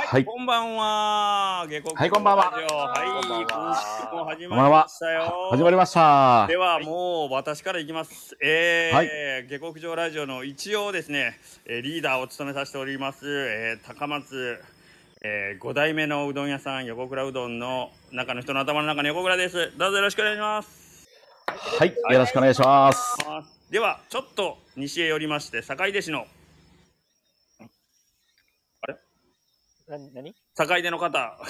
はい。 こんばんは。下克はい、こんばんは。 ラジオはい、 こんばんは今週も始まこんばんはりましたよ。 始まりました。 では、もう私からいきます。 はい下克上ラジオの一応ですね、リーダーを務めさせております、高松、5代目のうどん屋さん、横倉うどんの中の人の頭の中の横倉です。どうぞよろしくお願いします。 はい、よろしくお願いします。 では、ちょっと西へ寄りまして、坂出市の何坂出の方。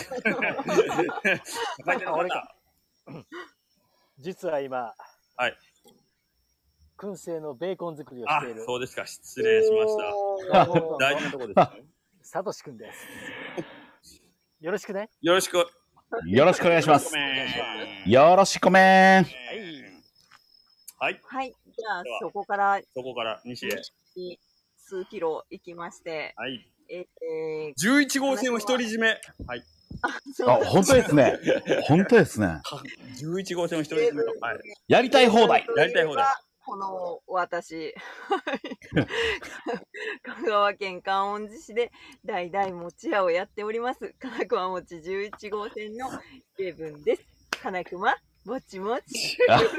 坂出の俺方か。実は今、 はい。 燻製のベーコン作りをしあている、 そうですか。失礼しました。大事なところですね。 サトシ君です。よろしくね。 よろしく。 よろしくお願いしますご。めんよろしくめん。 はい。 はい。じゃあでは、 そこからそこから西へ。 数キロ行きまして、 はい。 え 11号線を独り占め。はい。 あ、本当ですね。本当ですね。 11号線を独り占めと。はい。 やりたい放題。 やりたい放題。 この私、香川県観音寺市で代々餅屋をやっております、金熊餅11号線の成分です。金熊もちもち。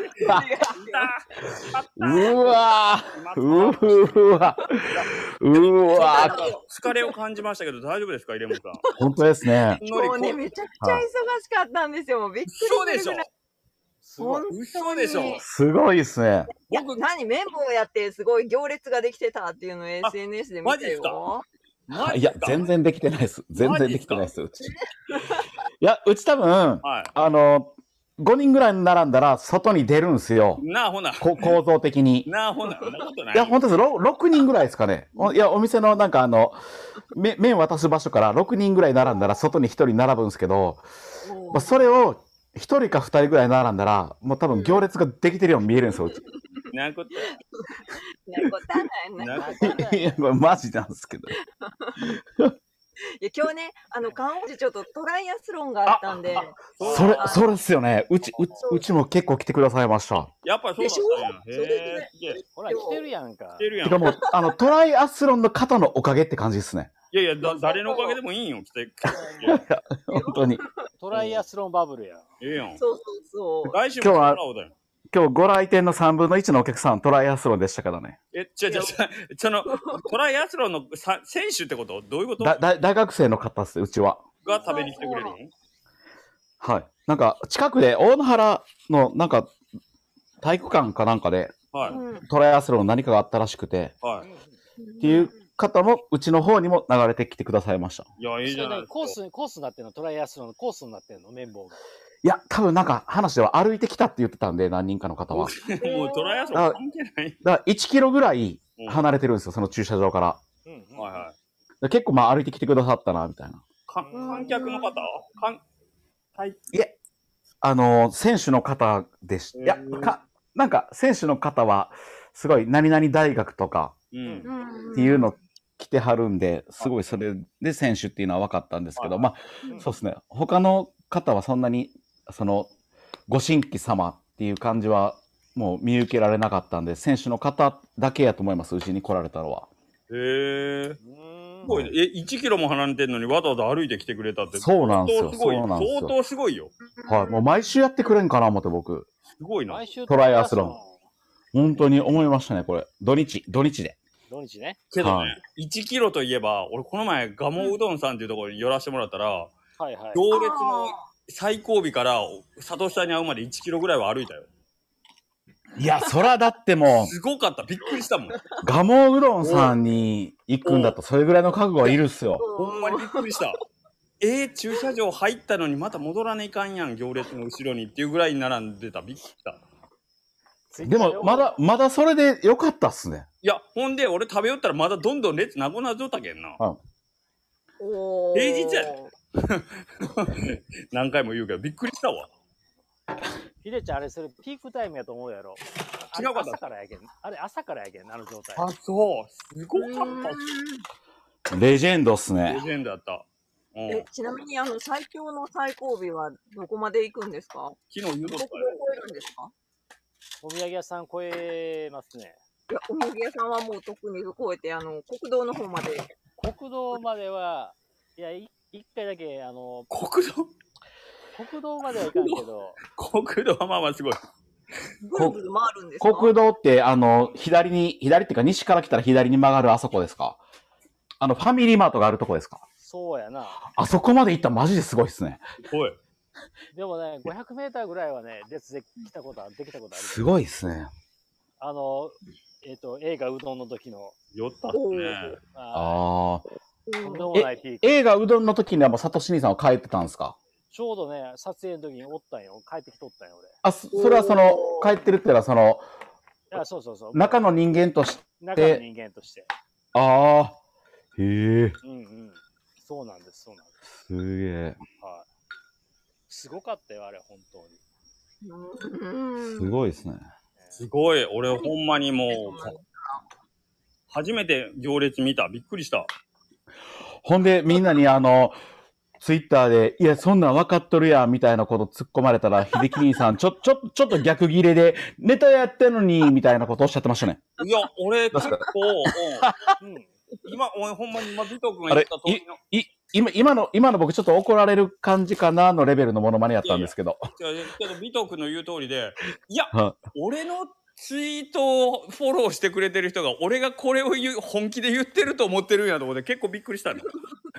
うわーうわうわ疲れを感じましたけど、大丈夫ですか、入山さん。 本当ですね。 今日ね、めちゃくちゃ忙しかったんですよ。もうびっくりす嘘でしょるぐらい。 すごい。 嘘でしょ。 すごいですね。 いや、何綿棒やってすごい行列ができてたっていうのを SNS で見たよ。 いや、全然できてないです。全然できてないです、うち。いや、うち多分、 はい 5人ぐらい並んだら外に出るんすよ。 なあほな。 構造的に。 なあほな。そんなことない。 いや、本当です。6人ぐらいですかね。いや、お店のなんか麺渡す場所から6人ぐらい並んだら外に1人並ぶんですけど、まあ、それを1人か2人ぐらい並んだら、もう多分行列ができてるように見えるんですよ、うち。 なこと。 なことはないな。 なこと。 いや、これマジなんですけど。 いや、今日ね、観音寺ちょっとトライアスロンがあったんで。 それっすよね。うちも結構来てくださいました。 やっぱそうだったんや。へえ。 ほら、来てるやんか。 来てるやん。 てかもう、トライアスロンの方のおかげって感じですね。 いやいや、誰のおかげでもいいんよ、来て。 本当に。 トライアスロンバブルや。 ええやん。 そうそうそう。 来週もラオだよ。 今日ご来店の3分の1のお客さんトライアスロンでしたからね。 そのトライアスロンの選手ってことどういうこと大学生の方っす、うちは。 が食べに来てくれるの？ はい。なんか、近くで大野原のなんか、体育館かなんかで、 はい。 トライアスロンの何かがあったらしくて、 はい。 っていう方も、うちの方にも流れてきてくださいました。 いや、いいじゃない。 コースになってんの？トライアスロンのコースになってんの？綿棒が。 いや、多分なんか話では歩いてきたって言ってたんで、何人かの方は。 もうトライアスロン関係ない。 だから1キロぐらい離れてるんですよ、その駐車場から。 はいはい。 結構まあ歩いてきてくださったな、みたいな。 観客の方はい。 いえ、選手の方でした。いや、なんか選手の方は、すごい何々大学とかっていうの来てはるんで、すごいそれで選手っていうのは分かったんですけど、まあ、そうですね。他の方はそんなに、ご新規様っていう感じはもう見受けられなかったんで、選手の方だけやと思います、うちに来られたのは。 へえ。すごいね。1キロも離れてんのにわざわざ歩いてきてくれたって。 そうなんですよ。 相当すごいよ。 はい。もう毎週やってくれんかな思って僕。 すごいな。 トライアスロン。本当に思いましたね、これ。土日で。 土日ね。 けどね、1キロといえば、俺この前、ガモうどんさんっていうところに寄らせてもらったら、行列の最後尾から佐藤さんに会うまで1キロぐらいは歩いたよ。 いや、そらだってもう。 すごかった。びっくりしたもん。 ガモうどんさんに行くんだと、それぐらいの覚悟はいるっすよ。 ほんまにびっくりした。駐車場入ったのにまた戻らねいかんやん、行列の後ろにっていうぐらい並んでた。びっくりした。 でも、まだそれでよかったっすね。 いや、ほんで、俺食べよったらまだどんどん列なくなっとったけんな。平日やで。何回も言うけど、びっくりしたわ。 ひでちゃん、あれ、それピークタイムやと思うやろ。 違うかった。 朝からやけん。あれ、朝からやけん、あの状態。 あ、そう。すごかった。 レジェンドっすね。 レジェンドだった。 ちなみに、最強の最後尾はどこまで行くんですか？ 昨日言うとったよ。 どこを超えるんですか？ お土産屋さん超えますね。 いや、お土産屋さんはもう特に超えて、国道の方まで。 国道までは、いや、1 一回だけ、 国道国道まではいかんけど、 国道はまあまあすごい。 ぐるぐる回るんですか？ 国道って、左っていうか西から来たら左に曲がるあそこですか？ファミリーマートがあるとこですか？ そうやな。 あそこまで行ったらマジですごいっすね。 おい。 でもね、500メーターぐらいはね、列できたことある。 すごいっすね。 映画うどんの時の、 酔ったっすね。 ああ。 とんでもないピーク。 映画うどんの時にはもうサトシ兄さんは帰ってたんですか？ ちょうどね、撮影の時におったんよ。帰ってきとったんよ、俺。 あ、それは帰ってるってのはいや、そう。 中の人間として。 中の人間として。 ああ。へえ。 そうなんです。 すげえ。 はい。すごかったよ、あれ、本当に。すごいですね。 すごい。俺、ほんまにもう、初めて行列見た。びっくりした。 ほんで、みんなにツイッターで、いや、そんなん分かっとるやん、みたいなこと突っ込まれたら、秀樹兄さん、ちょっと逆ギレで、ネタやってんのに、みたいなことおっしゃってましたね。 いや、俺、結構、今、俺、ほんまに、今、ビト君が言った通りの。 今の僕ちょっと怒られる感じかなのレベルのモノマネやったんですけど。 けど、ビト君の言う通りで、いや、俺のツイートをフォローしてくれてる人が、俺がこれを本気で言ってると思ってるんやと思って結構びっくりしたね。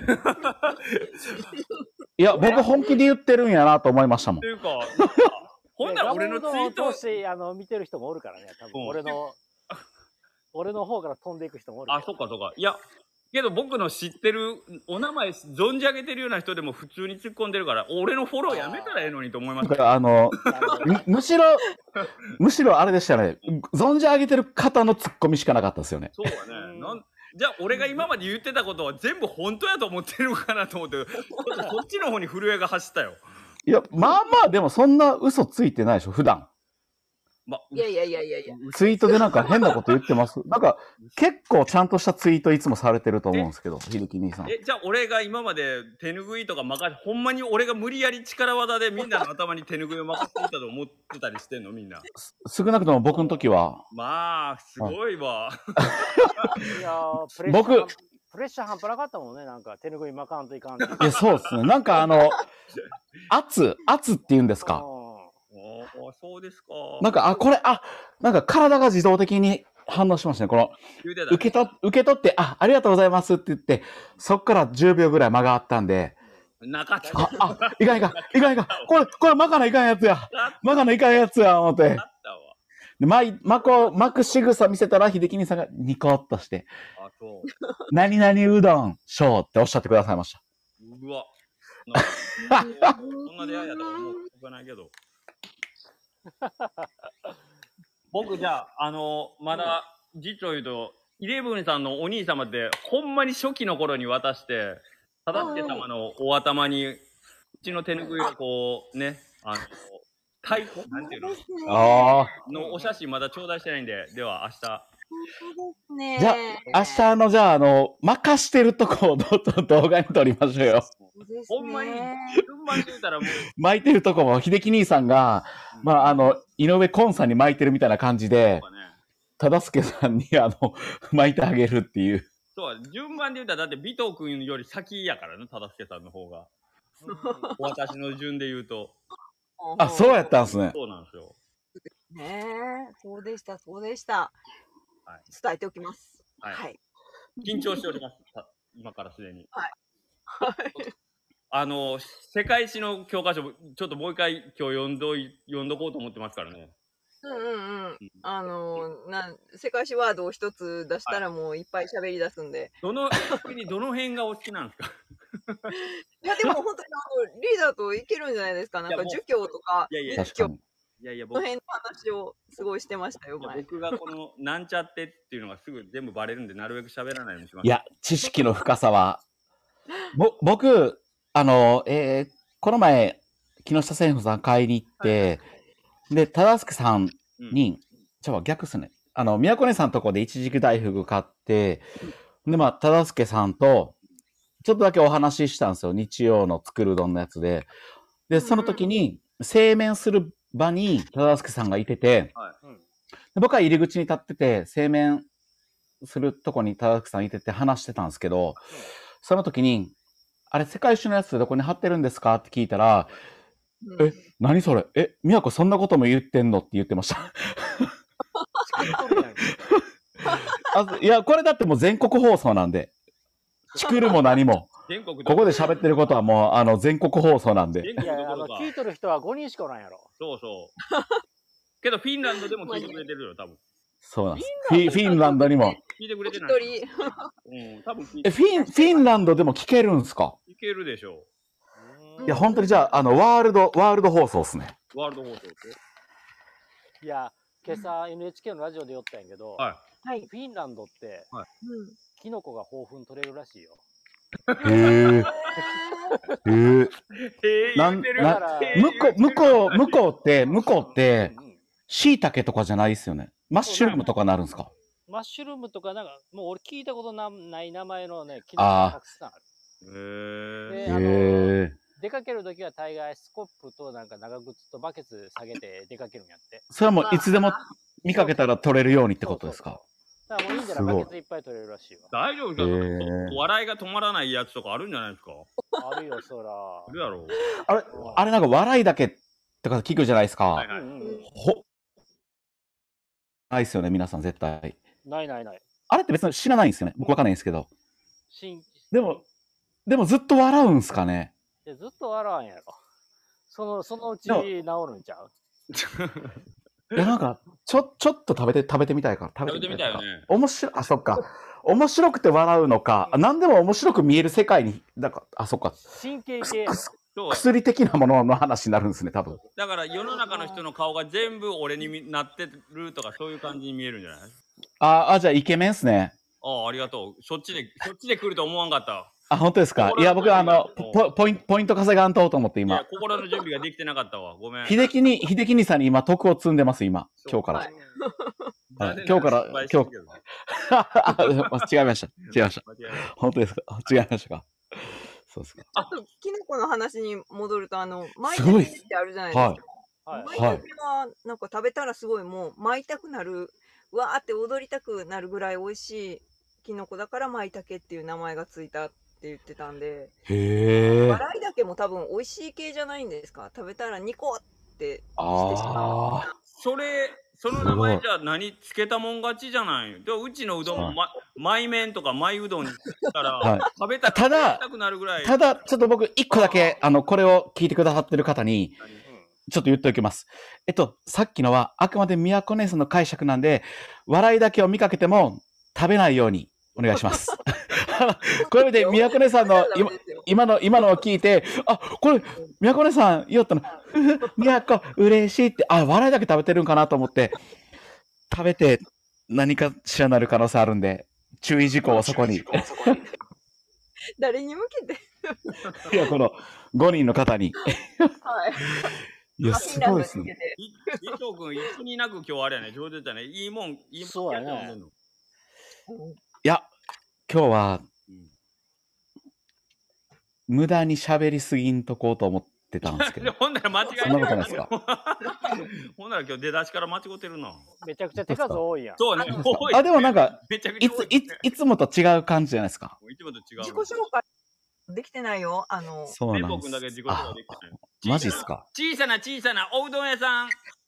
いや、僕本気で言ってるんやなと思いましたもん。 っていうか、ほんなら俺のツイートを通して見てる人もおるからね、多分、俺の方から飛んでいく人もおるから。 あ、そっか。いや、けど僕の知ってる、お名前存じ上げてるような人でも普通に突っ込んでるから、俺のフォローやめたらええのにと思いました。 むしろあれでしたね。存じ上げてる方の突っ込みしかなかったですよね。 そうだね。じゃあ俺が今まで言ってたことは全部本当やと思ってるのかなと思って、そっちの方に震えが走ったよ。 いや、まあでもそんな嘘ついてないでしょ、普段。 いや。 ツイートでなんか変なこと言ってます。なんか結構ちゃんとしたツイートいつもされてると思うんですけど、秀樹兄さん。 じゃあ俺が今まで手拭いとかほんまに俺が無理やり力技でみんなの頭に手拭いを任せていたと思ってたりしてんのみんな。 少なくとも僕の時は。 まあ、すごいわ。 いやプレッシャー半端なかったもんね、なんか手拭い巻かんといかんって。 いや、そうですね。なんか圧って言うんですか。 そうですか。 なんか、なんか体が自動的に反応しましたね。この、受け取って、ありがとうございますって言って、そっから10秒ぐらい間があったんで、 なかった。 いかん。これ巻かないかんやつや。巻かないかんやつや、思って。で、巻く仕草見せたら、秀樹兄さんがニコッとして、何々うどん、しょうっておっしゃってくださいました。 うわ。そんな出会いやとは思うないけど。僕じゃあ、まだ実を言うと、イレブンさんのお兄様ってほんまに初期の頃に渡して、忠助様のお頭にうちの手拭いをこうね、太鼓なんていうののお写真まだ頂戴してないんで、では明日。 じゃあ明日任してるとこを動画に撮りましょうよ。 ほんまに言うたらもう巻いてるとこも秀樹兄さんが、井上昆さんに巻いてるみたいな感じで、忠助さんに巻いてあげるっていう。 そう順番で言うたらだって尾藤君より先やからね、忠助さんの方が。私の順で言うと。 あ、そうやったんですね。 そうなんですよ。 ねえ、そうでした。伝えておきます。はい。 緊張しております。今からすでに。世界史の教科書、ちょっともう一回今日読んどこうと思ってますからね。 世界史ワードを一つ出したらもういっぱい喋り出すんで。 どの辺がお好きなんですか？ いや、でも本当にリーダーといけるんじゃないですか。なんか儒教とか、 確かに。 この辺の話をすごいしてましたよ、 僕がこのなんちゃってっていうのがすぐ全部バレるんで、なるべく喋らないようにします。 いや、知識の深さは。僕、この前、木下千歩さん買いに行って、で、忠助さんに、逆っすね。宮古根さんのとこで一軸大福買って、で、忠助さんと、ちょっとだけお話ししたんですよ。日曜の作るうどんのやつで。で、その時に、製麺する場に忠助さんがいてて、僕は入り口に立ってて、製麺するとこに忠助さんいてて話してたんですけど、その時に、 あれ世界一周のやつどこに貼ってるんですかって聞いたら、 うんえ、何それみやこそんなことも言ってんのって言ってました。 チクっとるやんいや、これだってもう全国放送なんで。チクるも何も。 全国ここで喋ってることはもう、全国放送なんで。 全いや、 国どころか。 聞いとる人は5人しかおらんやろ。 そうそう。けどフィンランドでも聞いてくれてるよ、多分。 そうなんです。フィンランドにも。 聞いてくれて一ない。 人。 うん、多分聞いてフィンランドでも聞けるんすか？ いけるでしょいや、本当にじゃあ、ワールド放送っすね。 う。ワールド放送で。 いや、今朝 NHK のラジオで寄ったんやけど、 ははい。 フィンランドってうん。 キノコが豊富に取れるらしいよ。 へえ。へえ。 い。 なん言うてるだから向こうってう、ん椎茸とかじゃないですよね。マッシュルームとかなるんですか？ マッシュルームとかなんか、もう俺聞いたことない名前のね、キノコがたくさんある。 へでへえ。 出かけるときは大概スコップとなんか長靴とバケツ下げて出かけるんやって。 それはもういつでも見かけたら取れるようにってことですか？ だからもういいんじゃないすごいバケツいっぱい取れるらしいわ。 大丈夫か、笑いが止まらないやつとかあるんじゃないですか？ あるよ、そら。 あるやろ。 あれなんか笑いだけとか聞くじゃないですか。 はいはい。 ないですよね、皆さん絶対。 ないないない。 あれって別に知らないんですよね。僕わかんないんですけど。 ででもずっと笑うんすかね。 ずっと笑わんやろ。そのうち治るんちゃう？ いや、なんか、ちょっと食べてみたいから。 食べてみたいよね。 面白い、そっか。面白くて笑うのか、何でも面白く見える世界に、そっか。 神経系。 薬的なものの話になるんですね、多分。 だから世の中の人の顔が全部俺になってるとかそういう感じに見えるんじゃない？ じゃあイケメンっすね。 ありがとう。そっちで来ると思わんかった。 本当ですか？いや、僕ポイント稼がんと思って今。 心の準備ができてなかったわ。ごめん。 秀樹にさんに今徳を積んでます、今日から。今日から、違いました。本当ですか？違いましたか？そうですか。 あと、キノコの話に戻ると、舞茸ってあるじゃないですか。舞茸は、なんか食べたらすごいもう、舞いたくなる、わーって踊りたくなるぐらい美味しいキノコだから、舞茸っていう名前がついたって言ってたんで、笑い茸も多分美味しい系じゃないんですか？食べたらニコってしてしまう。 その名前じゃつけたもん勝ちじゃないよ。でもうちのうどんも、舞麺とか舞うどんにしたら、食べたくなるぐらい。 ただ、ちょっと僕、一個だけ、これを聞いてくださってる方に、ちょっと言っておきます。さっきのは、あくまで宮古姉さんの解釈なんで、笑いだけを見かけても、食べないようにお願いします。これで宮古姉さんの今のを聞いて、これ、宮古姉さん言おったの、宮古嬉しいって、笑いだけ食べてるんかなと思って、食べて何かしらなる可能性あるんで、注意事項をそこに。 誰に向けていや、この5人の方に。 はい。 いや、すごいですね。 伊藤君、いつになく今日あれやね、上手だね。いいもんそうやね。 いや、今日は、無駄に喋りすぎんとこうと思ってたんですけど。 ほんなら間違えてる。 そんなことないですか？ ほんなら今日出だしから間違ってるな。 めちゃくちゃ手数多いやん。 そうね。 でもなんか、いつもと違う感じじゃないですか。 いつもと違う。 自己紹介できてないよ。 そうなんです。 だけ自己紹介できてない。 マジっすか？ 小さなおうどん屋さん。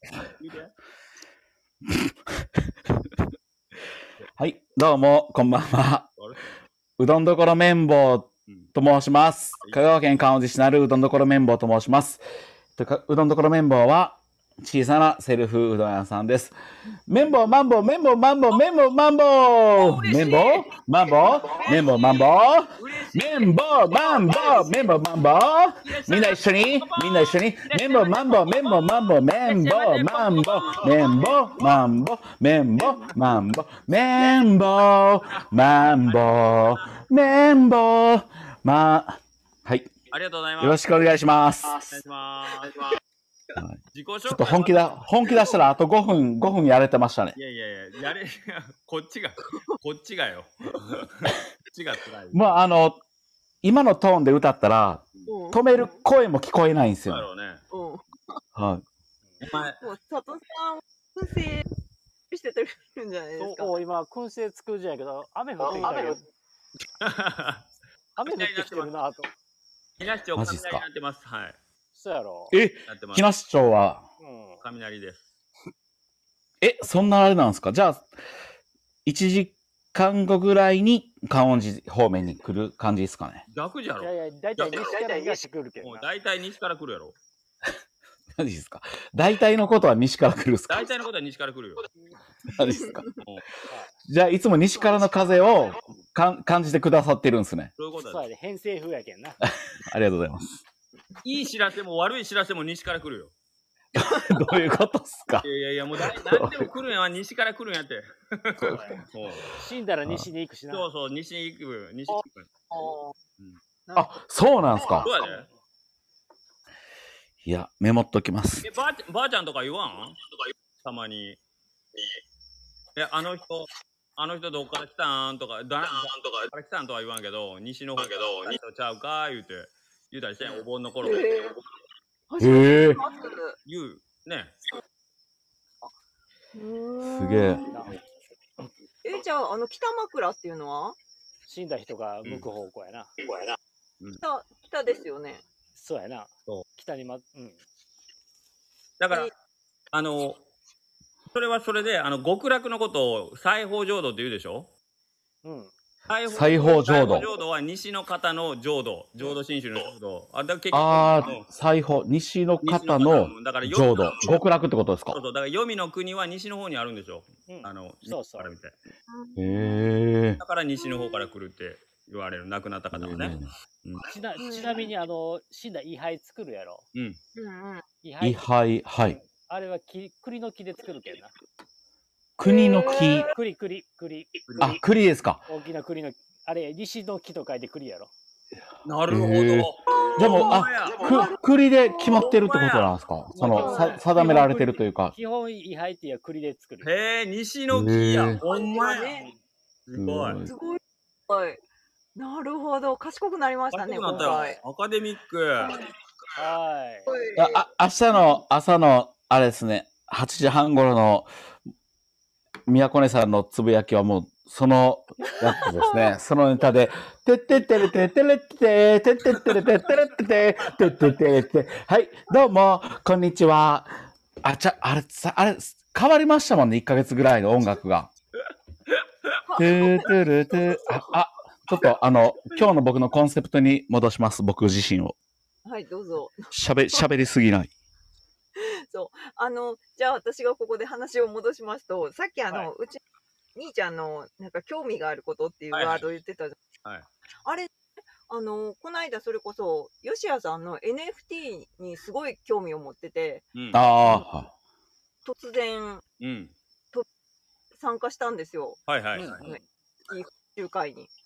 はい、どうも、こんばんは。うどんどころ綿棒と申します。香川県観音寺市なるうどんどころ綿棒と申します。うどんどころ綿棒は小さなセルフうどん屋さんです。綿棒、マンボウ、綿棒、マンボウ、綿棒、マンボウ、綿棒、マンボウ、綿棒、マンボウ、綿棒、マンボウ、綿棒、マンボウ。みんな一緒に、綿棒、マンボウ、綿棒、マンボウ、綿棒、マンボウ、綿棒、マンボウ、綿棒、マンボウ、綿棒、マンボウ、綿棒、はい。 ありがとうございます。 よろしくお願いします。 お願いします。自己紹介ちょっと本気出したらあと5分やれてましたね。 いや、こっちがよ。こっちが辛い。 もう今のトーンで歌ったら、止める声も聞こえないんですよ。 だろうね。 はい。 お前、 もう佐藤さん、燻製してるんじゃないですか。 そう、今、燻製作るじゃないけど、雨降ってきたけど、雨降ってきてるなと。 木梨町マジっすか雷やってます。はい。 そうやろ。 え、木梨町は、 雷です。 そんなあれなんですか？じゃあ、1時間後ぐらいに観音寺方面に来る感じですかね。 逆じゃろ。 いやいや、大体西から東来るけどな。 大体西から来るやろ。 マジですか？大体のことは西から来るっすか？ 大体のことは西から来るよ。 マジですか？じゃあ、いつも西からの風を感じてくださってるんですね。 そういうことそうやで、偏西風やけんな。 ありがとうございます。 いい知らせも悪い知らせも西から来るよ。 どういうことっすか？ いや、もう何でも来るんやわ、西から来るんやって。 死んだら西に行くしな。 そうそう、西に行く。西に行く。 あ、そうなんすか？ そうやで。 いや、メモっときます。 ばあちゃんとか言わん？たまに。あの人どっから来たんとか、誰から来たんとは言わんけど、西の方からちゃうか言うたりしてん、お盆の頃。 へえ。 言う、ね。 すげえ。 じゃあ、北枕っていうのは死んだ人が向く方向やな。 北ですよね。 そうやな。北にだから、それはそれで、極楽のことを西方浄土って言うでしょ？西方浄土は西の方の浄土。浄土真宗の浄土。 西方、西の方の浄土。極楽ってことですか？ そうそう。だから、黄泉の国は西の方にあるんでしょ？ そうそう。 へえ。 だから西の方から来るって言われる。亡くなった方はね。 ちなみに、死んだ位牌作るやろ。 位牌、はい。 あれは栗の木で作るけんな。 栗の木。 栗。 あ、栗ですか。 大きな栗の、あれ、西の木と書いて栗やろ。 なるほど。 じゃあもう、栗で決まってるってことなんですか？定められてるというか。 基本位牌っていう栗で作る。 へえ、西の木や。ほんまや。すごい。 すごい。なるほど。賢くなりましたね、今回。アカデミック。はい。 明日の朝の、あれですね、8時半頃の、宮古根さんのつぶやきはもう、そのやつですね。そのネタで、てってってれてってれってて、てってってれてってれってて、てってってれって、はい、どうも、こんにちは。あれ、変わりましたもんね、1ヶ月ぐらいの音楽が。てってれて、ちょっと今日の僕のコンセプトに戻します、僕自身を。 はい、どうぞ。 喋りすぎない。 そう。じゃあ私がここで話を戻しますと、さっきうち、兄ちゃんのなんか興味があることっていうワードを言ってたじゃん。はい。あれ、この間それこそ、吉谷さんの NFT にすごい興味を持ってて、突然、参加したんですよ。 はいはい。 集会に。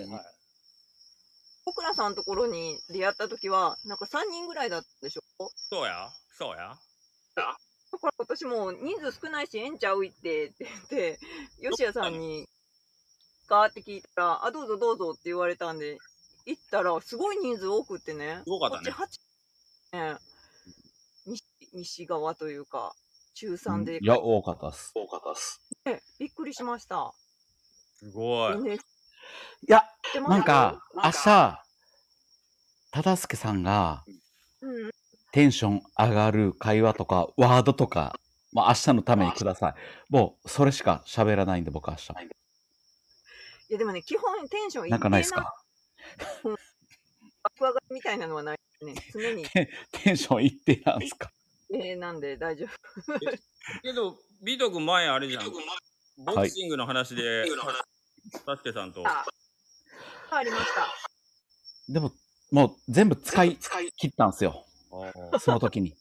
僕らさんのところに出会った時は、なんか3人ぐらいだったでしょ？ そうや。 だから私も人数少ないし、ええんちゃうって言って、吉谷さんに、かって聞いたら、どうぞどうぞって言われたんで、行ったら、すごい人数多くってね。 すごかったね。 こっち8、西側というか、中3で。 いや、多かったっす。 びっくりしました。 すごい。 いや、なんか、明日、忠介さんが、テンション上がる会話とか、ワードとか、明日のためにください。もう、それしか喋らないんで、僕明日。 いや、でもね、基本テンションなんかないですか？ 爆上がりみたいなのはないね。常に。 テンション一定なんですか？ なんで大丈夫。 けど、ビート君前あれじゃん。ボクシングの話で、サスケさんと。 ありました。 でも、もう全部使い切ったんですよ。その時に。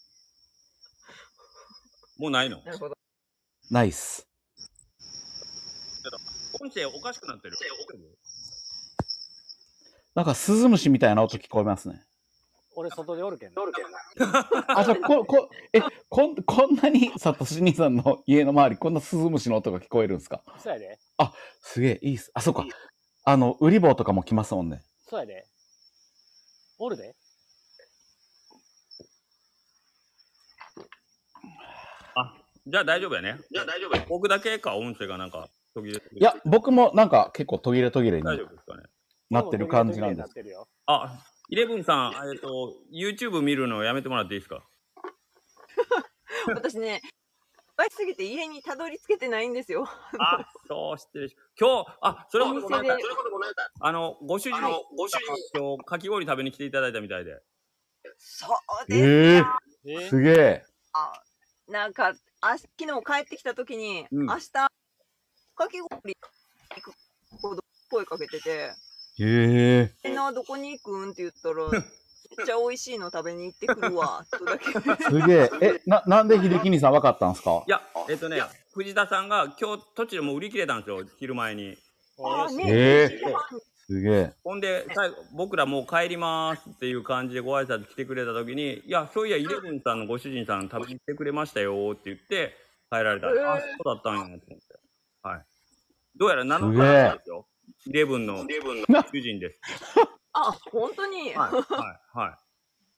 もうないの？ なるほど。 ないっす。 音声おかしくなってる。 なんかスズムシみたいな音聞こえますね。 俺外でおるけんな。 じゃこんなにサトシ兄さんの家の周りこんなスズムシの音が聞こえるんですか？ そうやで。 すげえいいっす。そうか。ウリ坊とかも来ますもんね。 そうやで。おるで。 じゃあ大丈夫やね。僕だけか、音声がなんか途切れ。 いや、僕もなんか結構途切れになってる感じなんです。 イレブンさん、YouTube 見るのやめてもらっていいですか？ 私ね、いすぎて家にたどり着けてないんですよ。 あ、そう知ってる。今日、それおこそごめんなさい。ご主人、 はい今日かき氷食べに来ていただいたみたいで。 そうですか。 すげえ。 なんか、昨日帰ってきた時に、明日、かき氷行くほど声かけてて、みんなどこに行くんって言ったら、めっちゃ美味しいの食べに行ってくるわ、とだけ。 すげえ。なんで秀樹兄さん分かったんですか？ いや、藤田さんが今日途中でもう売り切れたんですよ、昼前に。 すげえ。 ほんで、最後、僕らもう帰りますっていう感じでご挨拶来てくれた時に、いや、そういや、イレブンさんのご主人さん食べに来てくれましたよって言って帰られた。あ、そうだったんやと思って。はい。どうやら7日なんですよ。イレブンの主人です。 あ、本当に。 はい。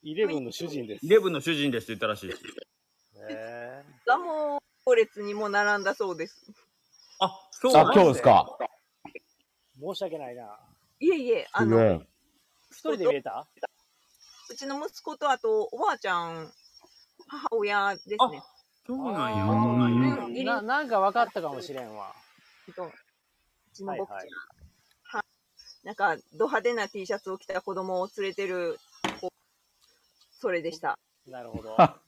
イレブンの主人です。 イレブンの主人ですって言ったらしいです。 がもう、行列にも並んだそうです。 あ、そうなん今日ですか。 申し訳ないな。 いえいえ、 一人で見えた？ うちの息子とあと、おばあちゃん、母親ですね。 そうなんや。 なんか分かったかもしれんわ。 うちの僕ちゃん。なんか、ド派手な T シャツを着た子供を連れてる子、それでした。 なるほど。 はい。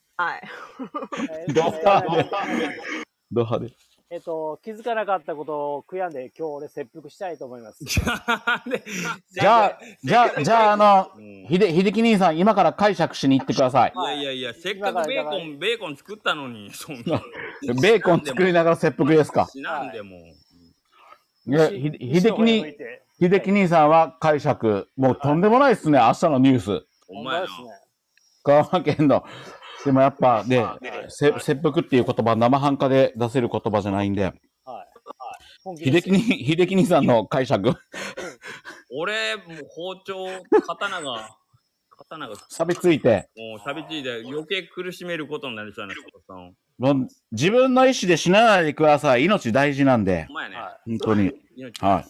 ド派手。 気づかなかったことを悔やんで、今日俺切腹したいと思います。 じゃあ、秀樹兄さん、今から解釈しに行ってください。 いや、せっかくベーコン作ったのに、そんな。 ベーコン作りながら切腹ですか？ なんでも。 いや、秀樹兄さんは解釈、もうとんでもないっすね、明日のニュース。 お前ですね。 香川県の。でもやっぱね、切腹っていう言葉、生半可で出せる言葉じゃないんで、秀樹兄さんの解釈。 俺、もう包丁、刀が錆びついて。 もう錆びついて余計苦しめることになりそうなさん。 もう自分の意思で死なないでください。命大事なんで。本当に。はい。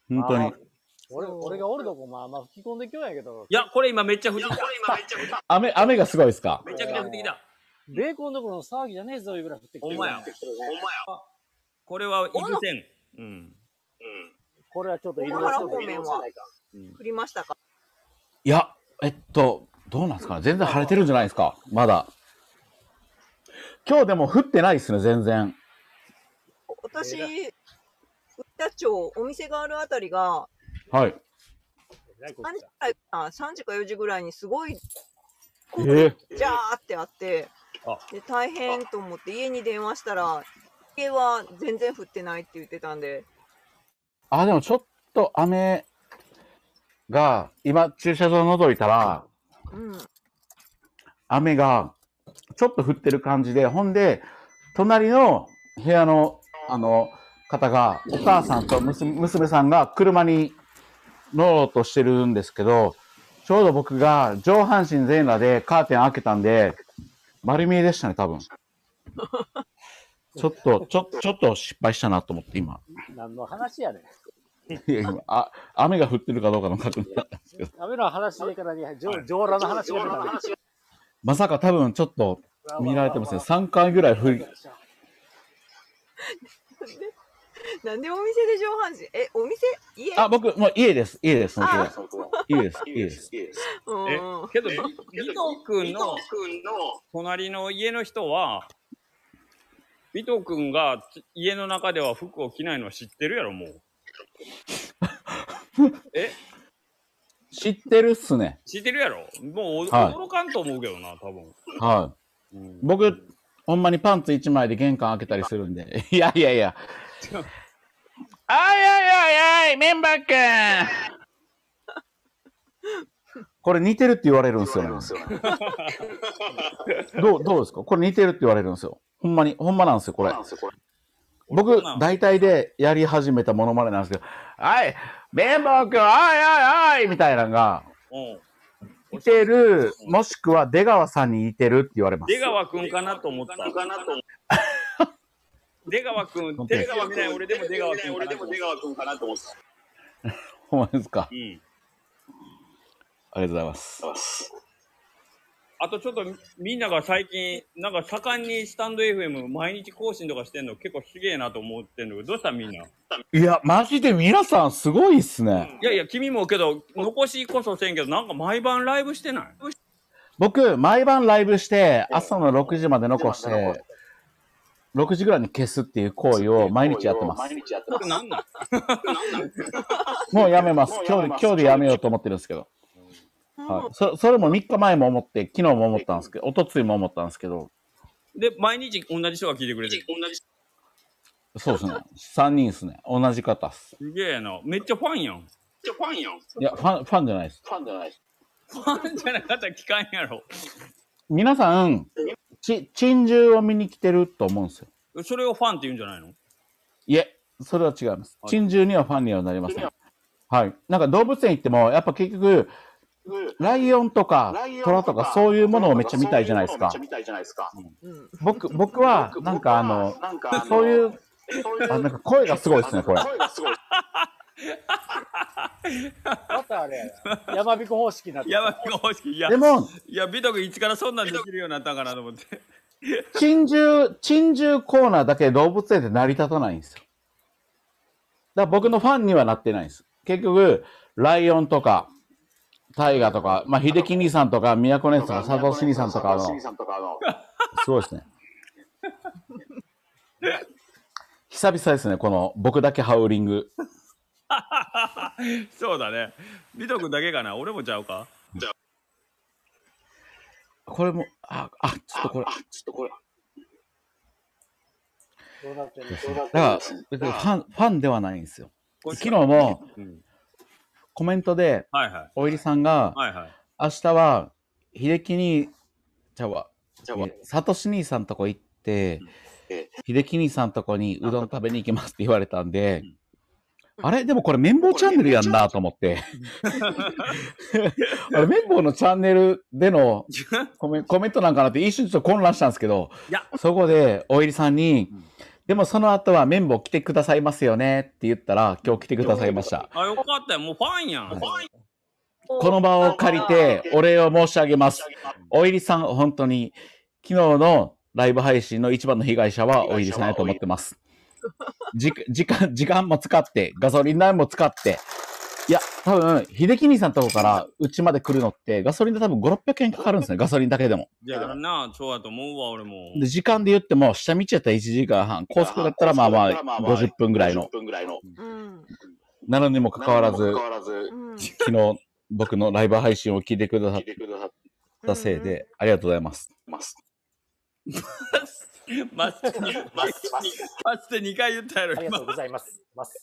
本当に。 俺がおるとこもあんま吹き込んできょうやけど。 いや、これ今めっちゃ降ってきた。 雨がすごいですか？ めちゃくちゃ降ってきた。 ベーコンどころの騒ぎじゃねえぞいうぐらい降ってきてる。 ほんまや。これはイブセン。 これはちょっと大原方面は降りましたか？ いや、どうなんですかね。全然晴れてるんじゃないですか。まだ。今日でも降ってないですね、全然。 私、宇田町、お店があるあたりが、 はい。 3時か4時ぐらいにすごい、ジャーってあって、で大変と思って家に電話したら、家は全然降ってないって言ってたんで。 でもちょっと雨が、今駐車場覗いたら、雨がちょっと降ってる感じで、ほんで、隣の部屋の、方が、お母さんと娘さんが車に乗ろうとしてるんですけど、ちょうど僕が上半身全裸でカーテン開けたんで、丸見えでしたね、多分。ちょっと失敗したなと思って、今。 何の話やねん。 いや今雨が降ってるかどうかの確認だったんですけど。 雨の話でからに、上裸の話が出た。 まさか多分ちょっと見られてますね。3回ぐらい降り。 なんでお店で上半身？お店？家？ 僕、もう家です。家です。家です。 けど、ビト君の隣の家の人は、ビト君が家の中では服を着ないのは知ってるやろ、もう。 知ってるっすね。 知ってるやろ。もう驚かんと思うけどな、多分。 はい。僕、ほんまにパンツ1枚で玄関開けたりするんで。いや。おい、メンバー君これ似てるって言われるんですよね。どうですか？これ似てるって言われるんですよ。ほんまなんですよ、これ。僕、大体でやり始めたモノマネなんですけど、メンバー君、おいみたいなのが、似てる、もしくは出川さんに似てるって言われます。 出川君かなと思った。出川君、テレビ見ない俺でも出川君かなと思った。 ほんまですか？ ありがとうございます。 あとちょっとみんなが最近、なんか盛んにスタンド FM 毎日更新とかしてんの結構すげえなと思ってんだけど、どうしたみんな。 いや、マジで皆さんすごいっすね。 いやいや、君もけど、残しこそせんけど、なんか毎晩ライブしてない？ 僕、毎晩ライブして、朝の6時まで残して、6時ぐらいに消すっていう行為を毎日やってます。 なんなんもうやめます。今日でやめようと思ってるんですけど。はい、それも3日前も思って、昨日も思ったんですけど、一昨日も思ったんですけど。 で、毎日同じ人が聞いてくれてる。 そうですね。3人ですね。同じ方っす。 すげえな。めっちゃファンやん。 いや、ファンじゃないです。 ファンじゃなかったら聞かんやろ。 皆さん、珍獣を見に来てると思うんですよ。 それをファンって言うんじゃないの？ いえ、それは違います。珍獣にはファンにはなりません。はい。なんか動物園行っても、やっぱ結局、ライオンとかトラとかそういうものをめっちゃ見たいじゃないですか。僕は、なんかそういう、なんか声がすごいですね、これ。 またあれ、山彦方式になって。 山彦方式。いや、 でも、 いや、美徳いつからそんなんできるようになったんかなと思って。 珍獣コーナーだけ動物園で成り立たないんですよ。だから僕のファンにはなってないんです。結局、ライオンとか、大河とか、まあ、秀樹兄さんとか、宮古姉さんとか、佐藤兄さんとかすごいですね。久々ですね、この僕だけハウリング。 そうだね。美徳だけかな。俺もちゃうか。 これも、ちょっとこれ。 どうなってんの？ だから、別にファンではないんですよ。昨日も、コメントで、おいりさんが、明日は、秀樹兄、サトシ兄さんとこ行って、秀樹兄さんとこにうどん食べに行きますって言われたんで、あれでもこれ綿棒チャンネルやんなと思って。あれ綿棒のチャンネルでのコメントなんかなって一瞬ちょっと混乱したんですけど、そこでおいりさんに、でもその後は綿棒来てくださいますよねって言ったら、今日来てくださいました。 あ、よかったよ。もうファンやん。 この場を借りてお礼を申し上げます。おいりさん、本当に、昨日のライブ配信の一番の被害者はおいりさんやと思ってます。時間も使って、ガソリン代も使って、いや、多分、秀樹兄さんのとこからうちまで来るのって、ガソリンで多分5、600円かかるんですね、ガソリンだけでも。 いや、なあ、そうだと思うわ、俺も。 で、時間で言っても、下道やったら1時間半、高速だったらまあ50分ぐらいの。なのにもかかわらず、昨日、僕のライブ配信を聞いてくださったせいで、ありがとうございます。 マスって2回言ったやろ。 ありがとうございます。マス。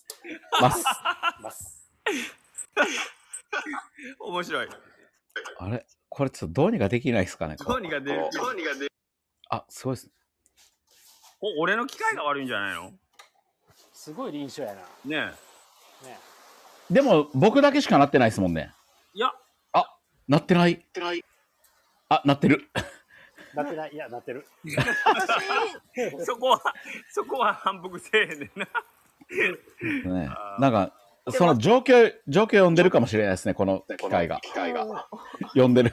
面白い。 あれこれちょっとどうにかできないですかね。 どうにかでる。 あ、すごいですね。 俺の機械が悪いんじゃないの？ すごい臨床やな。 ねえ。 でも、僕だけしかなってないですもんね。 いや。 なってない。なってる。 なってない。いや、なってる。 そこは反復せえへんねんな。 ね、なんか、その状況読んでるかもしれないですね、この機械が。読んでる。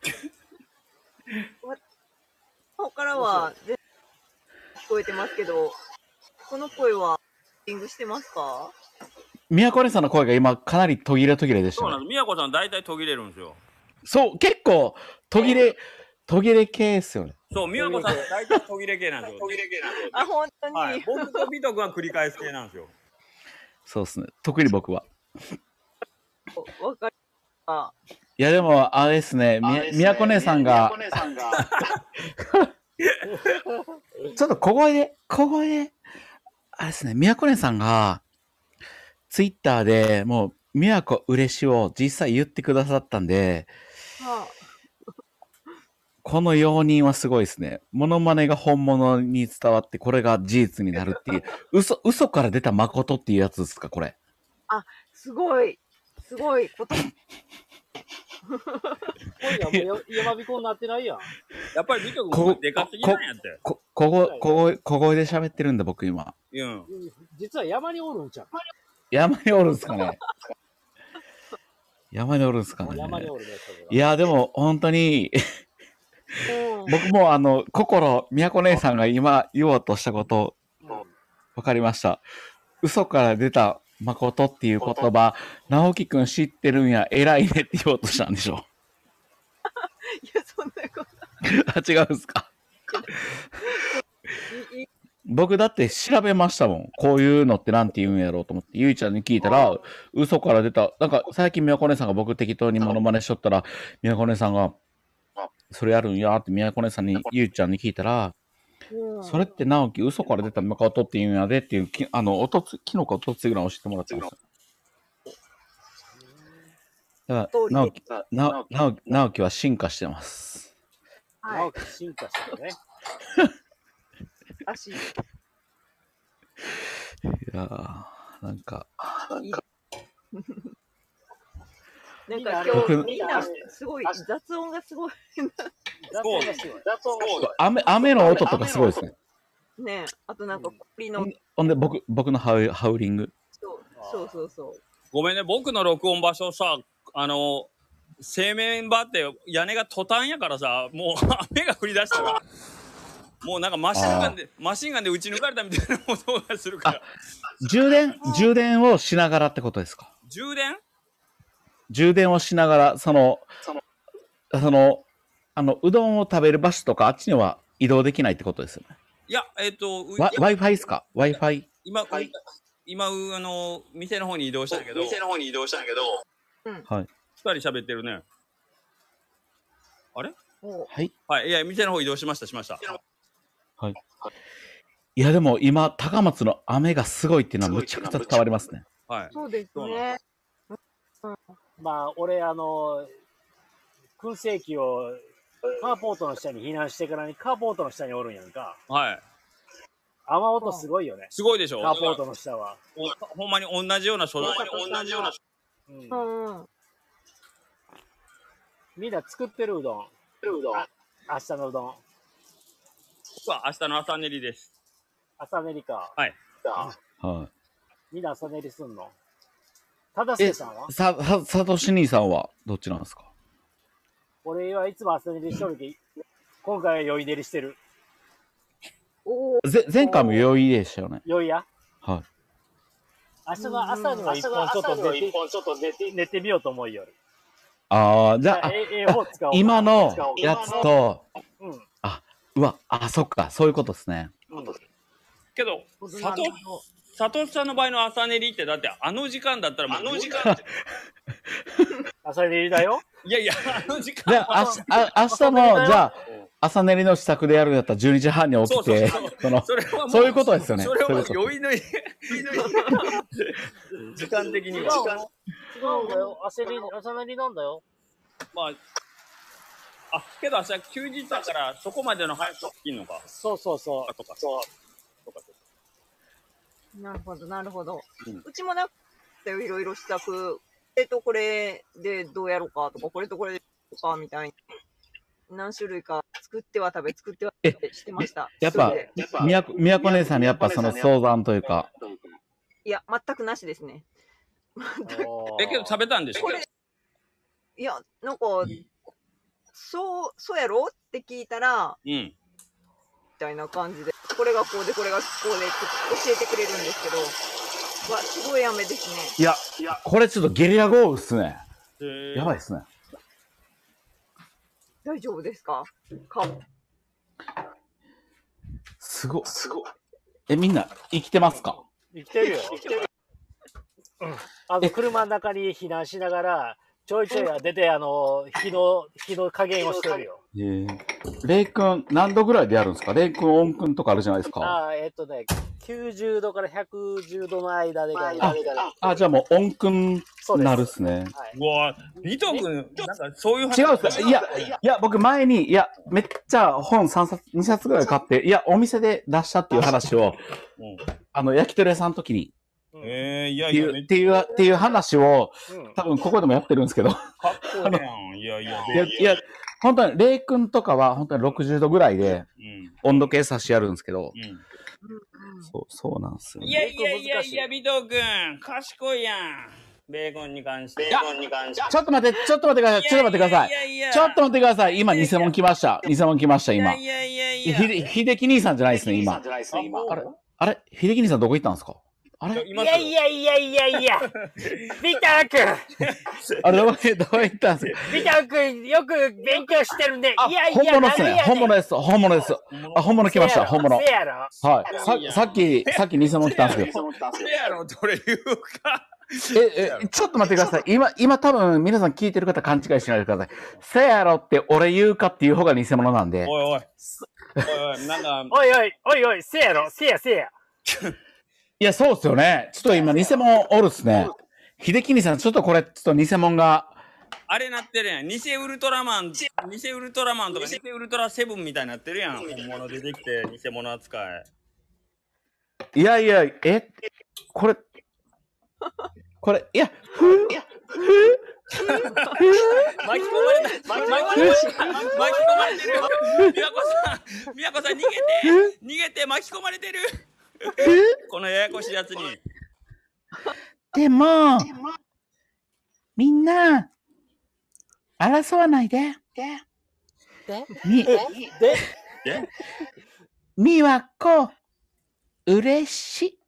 ここからは聞こえてますけど、この声はリングしてますか？ 宮古さんの声が今かなり途切れでしたね。 そうなんです。宮古さん大体途切れるんですよ。 そう、結構途切れ系ですよね。 そう、宮古さん大体途切れ系なんですよ。 あ、本当に。 はい、僕と美徳は繰り返す系なんですよ。 そうですね。特に僕は。 わかる。 いやでもあれですね。宮古姉さんがちょっと小声であれですね。宮古姉さんがツイッターでもう宮古嬉しを実際言ってくださったんで。この容認はすごいですね。モノマネが本物に伝わって、これが事実になるっていう。嘘から出た誠っていうやつですか、これ。 あ、すごいこと。 今夜も山彦になってないやん。 やっぱり美徳もでかすぎなんやって。 小声で喋ってるんだ、僕今。 うん。 実は山におるんちゃう？ 山におるんすかね。 山におるんすかね。 山におるね。 いや、でも、本当に僕もみやこ姉さんが今言おうとしたこと、わかりました。嘘から出た誠っていう言葉、直樹くん知ってるんや、偉いねって言おうとしたんでしょ。 いや、そんなこと。 あ、違うんすか。僕だって調べましたもん。こういうのってなんて言うんやろうと思って、ゆいちゃんに聞いたら、嘘から出た、なんか最近みやこ姉さんが僕適当にモノマネしとったら、みやこ姉さんが、それやるんやってみやこ姉さんに、ゆいちゃんに聞いたら、それって直樹嘘から出た誠って言うんやでっていう、昨日かおとついぐらい教えてもらったんですよ。だから直樹は進化してます。 直樹進化してるね。 らしい。 いやー、なんか今日みんなすごい雑音がすごい。 雨の音とかすごいですね。 ね、あとなんか栗の。 ほんで僕のハウリング。 そう。 ごめんね、僕の録音場所さ、製麺場って屋根がトタンやからさ、もう雨が降り出したら、もうなんかマシンガンで撃ち抜かれたみたいな音がするから。 充電をしながらってことですか？充電をしながら、うどんを食べる場所とか、あっちには移動できないってことですよね。 いや、 Wi-Fi ですか？ Wi-Fi？ 今、店の方に移動したんやけど、 はい。 二人喋ってるね。あれ？ はい。 はい、いや、店の方移動しました。 はい。いや、でも今、高松の雨がすごいっていうのはむちゃくちゃ伝わりますね。 はい。 そうですね。 まあ、俺、燻製機をカーポートの下に避難してからにカーポートの下におるんやんか。 はい。 雨音すごいよね。 すごいでしょ？ カーポートの下は。 ほんまに同じような素材。 みんな作ってるうどん。明日のうどん。 僕は明日の朝練りです。 朝練りか。 はい。 はい。 みんな朝練りすんの？忠介さんは？ さとし兄さんはどっちなんですか？ 俺はいつも朝練りしとるけど、今回は酔い練りしてる。 前回も酔いでしたよね。 酔いや？ はい。 明日の朝には一本ちょっと寝てみようと思いよる。 ああ、じゃあ、今のやつと、そっか、そういうことですね。 けど、佐藤さんの場合の朝練りって、だってあの時間だったらもう、 朝練りだよ。 いや、あの時間。 じゃあ、明日の、じゃあ、朝練りの支度でやるんだったら12時半に起きて、そういうことですよね。 それは酔いの時間的には。 違うんだよ。朝練りなんだよ。 まあ、けど明日休日だからそこまでの早く起きんのか。 そう。 なるほど。うちもなくていろいろ支度、これでどうやろうかとか、これとこれでどうかみたいに。何種類か作っては食べしてました。 やっぱ、宮古姉さんにやっぱその相談というか。 いや、全くなしですね。 けど食べたんでしょ？ いや、なんか、そうやろって聞いたら、みたいな感じで、これがこうで、これがこうでって教えてくれるんですけど、すごい雨ですね。 いや、これちょっとゲリラ豪雨っすね。やばいっすね。 大丈夫ですか？ すごい。みんな生きてますか？ 生きてるよ。車の中に避難しながら、ちょいちょい出て、火の加減をしてるよ。 レイ君、何度ぐらいでやるんですか？レイ君、温君とかあるじゃないですか。 90度から110度の間で。 じゃあもう温君になるっすね。 うわぁ、リト君、なんかそういう話。 違うっす。いや、僕前に、めっちゃ本2冊ぐらい買って、お店で出したっていう話を、焼き鳥屋さんの時に、っていう話を、多分ここでもやってるんですけど。 かっこいいやん。いや、 本当に、レイ君とかは本当に60度ぐらいで、温度計差しやるんですけど、そうなんですよね。 いや、ビト君、賢いやん。 ベーコンに関して。 ちょっと待ってください。ちょっと待ってください。ちょっと待ってください。今、偽物来ました。今。秀樹兄さんじゃないですね、今。あれ秀樹兄さんどこ行ったんですか？あれいや、ビター君あれ、どこ行ったんですか？ ビター君、よく勉強してるね。 本物ですね。本物です。本物来ました、本物。はい。さっき偽物来たんですけど。 せやろ、どれ言うか。 ちょっと待ってください。今多分皆さん聞いてる方勘違いしないでください。せやろって俺言うかっていう方が偽物なんで。 おい、なんか。 おい、せやろ、せや。 いや、そうっすよね。ちょっと今、偽物おるっすね。秀樹兄さん、ちょっとこれ、ちょっと偽物が。 あれなってるやん。偽ウルトラマンとか偽ウルトラセブンみたいになってるやん。本物出てきて、偽物扱い。いや、これ、いや、 巻き込まれてる。みやこさん、逃げて、巻き込まれてる。このややこしいやつに。 でも、みんな、争わないで。みわこ、嬉しい。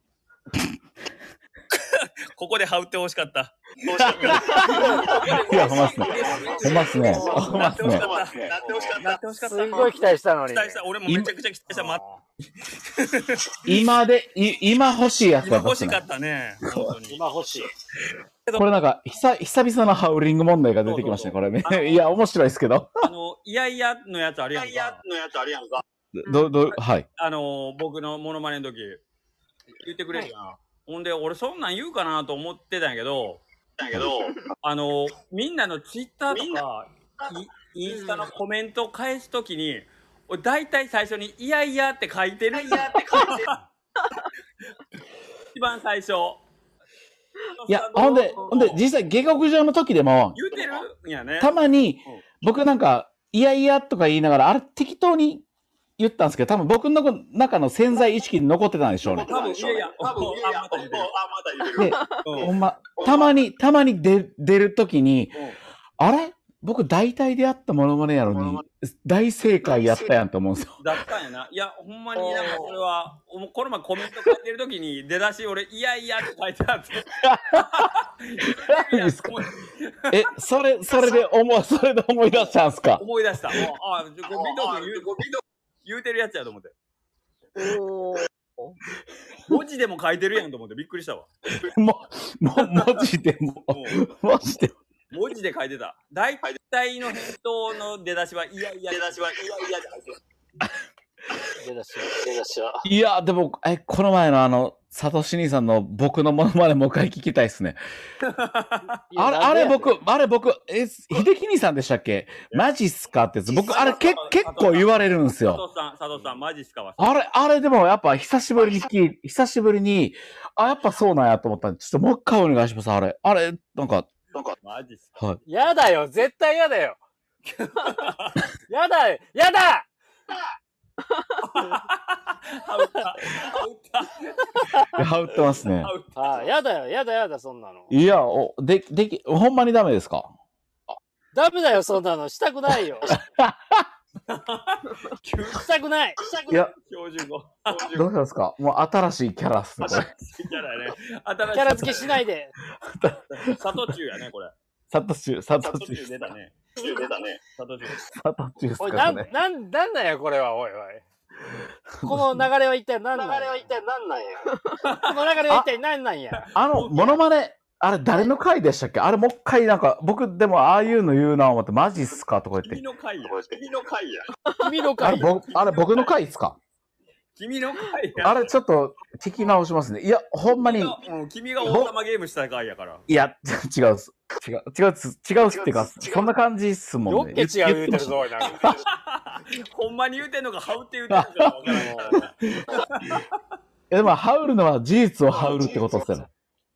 ここで羽打ってほしかった。 いや、ほんまっすね。 なってほしかった。 すごい期待したのに。 俺もめちゃくちゃ期待した。 今欲しいやつだった。 今欲しかったね。 今欲しい。 これなんか、久々のハウリング問題が出てきましたね、これね。いや、面白いですけど。 いやのやつあるやんか。 はい。 僕のモノマネの時、言ってくれるやん。ほんで、俺そんなん言うかなと思ってたんやけど、みんなのツイッターとか、インスタのコメントを返すときに、俺大体最初に、いやって書いてる。一番最初。 いや、ほんで、実際、下克上の時でも、 言うてるんやね。 たまに、僕なんか、いやとか言いながら、あれ適当に言ったんですけど、多分僕の中の潜在意識に残ってたんでしょうね。 多分、いや、また言うてる。 で、ほんま、たまに出る時に、あれ僕大体でやったモノマネやのに、大正解やったやんと思うんですよ。 だったんやな。いや、ほんまになんかそれは、この前コメント書いてる時に出だし俺、いやって書いてあって。 いいですか？それで思い出したんすか？ 思い出した。言うてるやつやと思って。文字でも書いてるやんと思ってびっくりしたわ。 文字でも。 文字で書いてた。大体の返答の出だしは、いやで書いてる。 出だしは。 いや、でも、この前のサトシ兄さんの僕のものまでもう一回聞きたいっすね。あれ僕、秀樹兄さんでしたっけ？マジっすかってやつ。僕、あれ結構言われるんですよ。 佐藤さん、マジっすかは。 あれでもやっぱ久しぶりに、やっぱそうなんやと思ったんで、ちょっともう一回お願いします、あれ、なんか。 マジっすか？はい。 やだよ、絶対やだよ。やだ羽打ってますね。 やだ、そんなの。 いや、ほんまにダメですか？ ダメだよ、そんなの。したくないよ。したくない。 いや、 標準語。 どうしたんですか？もう新しいキャラっすね、これ。 キャラ付けしないで。 サトチュウやね、これ。 サトチュウ出たね。 サトチュウっすおい、 かね。 なんだよ、これは、おい。この流れは一体何なんや。この流れは一体何なんや。 モノマネ、あれ誰の回でしたっけ？あれもう一回なんか、僕でもああいうの言うな思って、マジっすかとか言って。 君の回や。 あれ僕の回っすか？ 君の回や。 あれちょっと聞き直しますね。いや、ほんまに。 君が王様ゲームした回やから。 いや、違うっすっていうか、そんな感じっすもんね。 よっけ違う言うてるぞ、おい。 ほんまに言うてんのか、ハウって言うてんのか分からん。 でも、ハウるのは事実をハウるってことっすよね。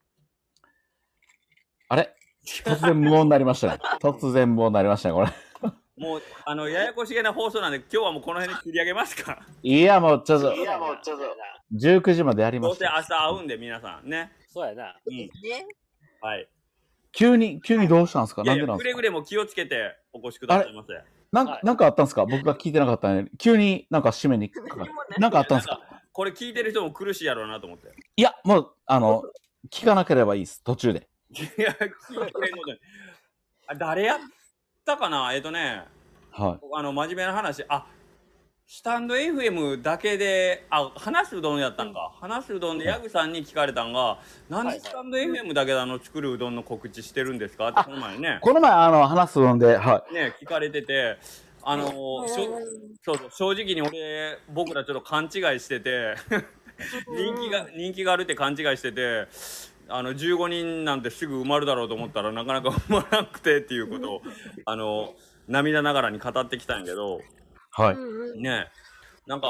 あれ突然無音になりましたね。これ。 もう、ややこしげな放送なんで、今日はもうこの辺で切り上げますか？ いや、もうちょっと、19時までやります。 どうせ明日会うんで、皆さんね。 そうやな。 うん。 はい。 急にどうしたんですか？なんでなんくですか？ れぐれも気をつけてお越しくださいませ。 なんかあったんですか？僕が聞いてなかったね。急になんか締めになんかあったんですか？ これ聞いてる人も苦しいやろうなと思って。 いや、もう、聞かなければいいです、途中で。 いや、聞いてくれんことに。誰やったかな？はい。真面目な話、スタンド FM だけで、話すうどんやったんか。話すうどんでヤグさんに聞かれたんが、なんでスタンド FM だけで作るうどんの告知してるんですかって、この前ね。 この前、話すうどんで、はい。 ね、聞かれてて、正直に僕らちょっと勘違いしてて、人気があるって勘違いしてて、15人なんてすぐ埋まるだろうと思ったらなかなか埋まらなくてっていうことを、涙ながらに語ってきたんやけど、 はい。 ね、なんか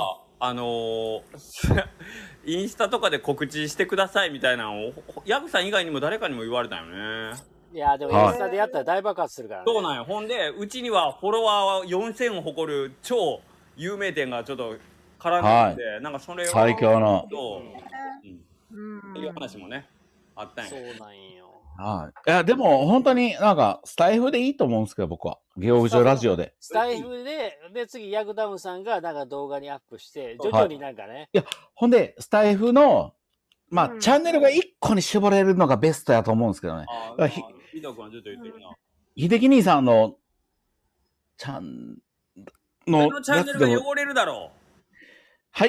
インスタとかで告知してくださいみたいなのをヤグさん以外にも誰かにも言われたよね。 いやでもインスタでやったら大爆発するからね。 そうなんよ。ほんでうちにはフォロワー4000を誇る超有名店がちょっと絡んでるんで、なんかそれを最強のっていう話もねあったんや。 そうなんよ。 はい。いや、でも、本当になんか、スタイフでいいと思うんですけど、僕は。下克上ラジオで。 スタイフで、次、ヤグダウンさんがなんか動画にアップして、徐々になんかね。 いや、ほんで、スタイフの、チャンネルが1個に絞れるのがベストやと思うんですけどね。 ヒデ君はずっと言ってるな。 秀樹兄さんの、チャンネルが汚れるだろう。 はい。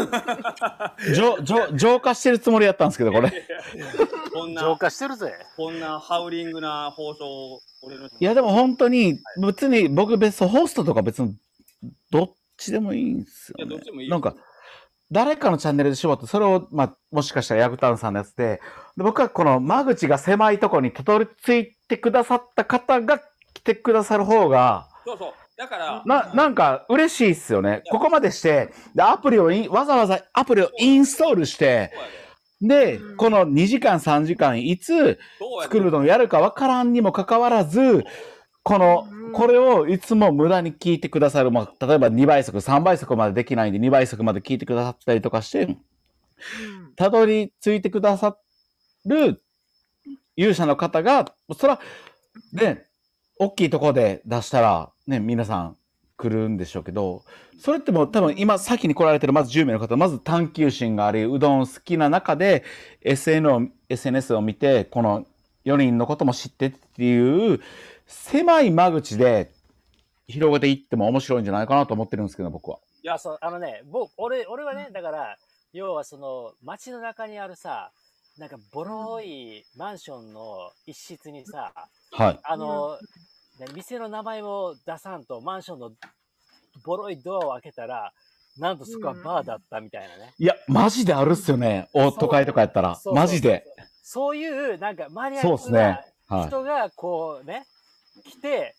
浄化してるつもりやったんですけど、これ。 浄化してるぜ。 こんなハウリングな放送、 いや、でも本当に、別に僕ホストとか別に、どっちでもいいんですよ、ね。 いや、どっちもいい。 なんか、誰かのチャンネルで絞って、それを、もしかしたらヤグタウンさんのやつで、僕はこの間口が狭いところにたどり着いてくださった方が来てくださる方が、 そう。だから、 なんか嬉しいっすよね。ここまでして、で、わざわざアプリをインストールして、で、この2時間3時間いつ作るのをやるかわからんにもかかわらず、これをいつも無駄に聞いてくださる、例えば2倍速、3倍速までできないんで2倍速まで聞いてくださったりとかして、たどり着いてくださる勇者の方が、そら、ね、大きいところで出したら、ね、皆さん来るんでしょうけど、それってもう多分今先に来られてるまず10名の方、まず探求心があり、うどん好きな中で SNS を見て、この4人のことも知ってっていう、狭い間口で広げていっても面白いんじゃないかなと思ってるんですけど、僕は。 いや、俺はね、だから、要は街の中にあるさ、なんかボロいマンションの一室にさ、 はい。 店の名前を出さんとマンションのボロいドアを開けたら、なんとそこはバーだったみたいなね。 いや、マジであるっすよね。都会とかやったら。マジで。 そういう、なんかマニアックな人がこうね、来て、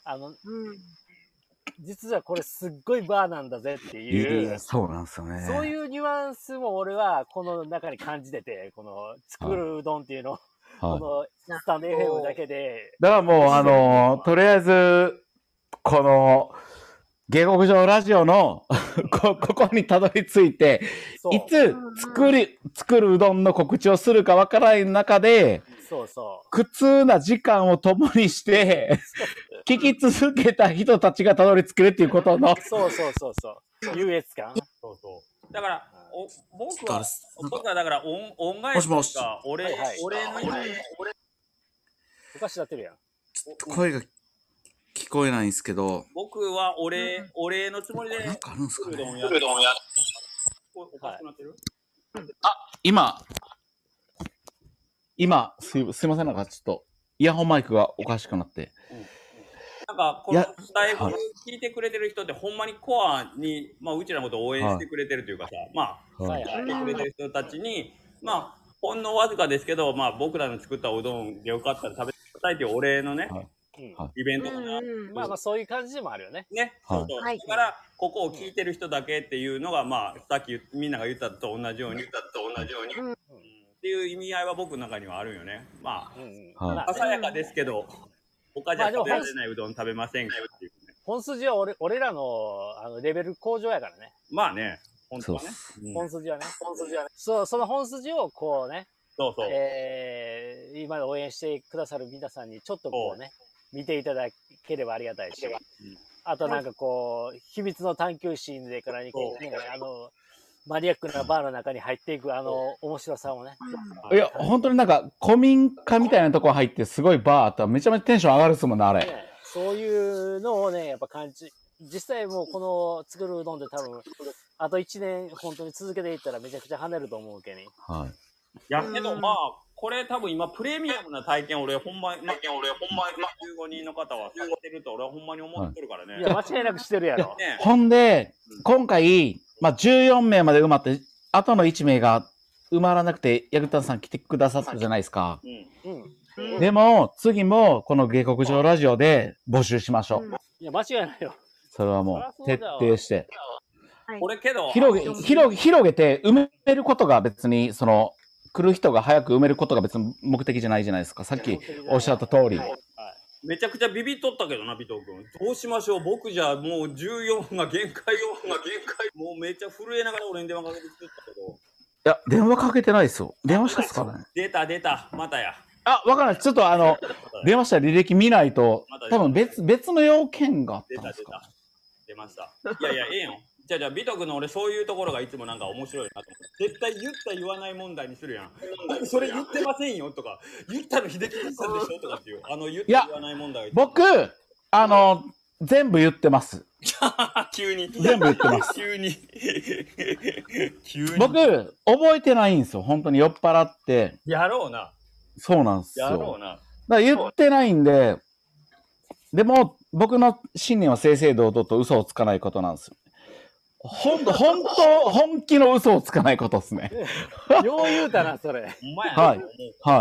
実はこれすっごいバーなんだぜっていう。 そうなんですよね。 そういうニュアンスも俺はこの中に感じてて、この作るうどんっていうのを。このスタンド FM だけで。 だからもう、とりあえず、この、下克上ラジオのここにたどり着いて、いつ作るうどんの告知をするかわからない中で、苦痛な時間を共にして、聞き続けた人たちがたどり着けるっていうことの。 そう。優越感。 だから、僕はだから恩返しとか、俺のおかしなってるやん。 ちょっと声が聞こえないんですけど。 僕はお礼のつもりで。 なんかあるんすかね。 おかしくなってる？ 今、すいません、なんかちょっと、イヤホンマイクがおかしくなって。 なんか、このスタイフ聞いてくれてる人って、ほんまにコアに、うちらのことを応援してくれてるというかさ、聞いてくれてる人たちに、ほんのわずかですけど、僕らの作ったおうどんでよかったら食べてくださいというお礼のね、イベントかな。 そういう感じでもあるよね。 ね。だから、ここを聞いてる人だけっていうのが、さっきみんなが言ったと同じように。っていう意味合いは僕の中にはあるよね。ささやかですけど、他じゃ食べられないうどん食べませんかっていうね。 本筋は俺らのレベル向上やからね。 まあね、本当はね。 本筋はね。その本筋をこうね、 今応援してくださる皆さんにちょっとこうね、見ていただければありがたいし、あとなんかこう、秘密の探求心でからにこうね、マニアックなバーの中に入っていく面白さをね。 いや、本当になんか古民家みたいなとこ入ってすごいバーあったらめちゃめちゃテンション上がるっすもんね、あれ。 そういうのをね、やっぱ実際もうこの作るうどんで多分、あと1年本当に続けていったらめちゃくちゃ跳ねると思うけに。 はい。 いやけどまあこれ多分今プレミアムな体験俺ほんま15人の方はされてると俺はほんまに思ってるからね。 いや間違いなくしてるやろ。 ほんで、今回、まあ、14名まで埋まって、あとの1名が埋まらなくて、ヤグタンさん来てくださったじゃないですか。でも、次もこの下克上ラジオで募集しましょう。 いや、間違いないよ。 それはもう、徹底して。 これけど、 広げて埋めることが別に、来る人が早く埋めることが別に目的じゃないじゃないですか。さっきおっしゃった通り。 めちゃくちゃビビっとったけどな、尾藤君。どうしましょう、僕じゃもう14分が限界。もうめっちゃ震えながら俺に電話かけてきてたけど。 いや、電話かけてないですよ。電話しかつかない。 出た。またや。 あ、わからない。ちょっと電話した履歴見ないと、多分別の要件があったんですか。 出ました。いや、ええよ。じゃあ、尾藤君の俺そういうところがいつもなんか面白いなと思って。絶対言った言わない問題にするやん。僕それ言ってませんよとか、言ったの秀樹さんでしょとかっていう、言った言わない問題。 僕、全部言ってます。 急に。 全部言ってます。 急に。 僕、覚えてないんですよ。本当に酔っ払って。 やろうな。 そうなんですよ。 やろうな。 だから言ってないんで、でも、僕の信念は正々堂々と嘘をつかないことなんですよ。本気の嘘をつかないことですね。 よう言うたな、それ。 はい。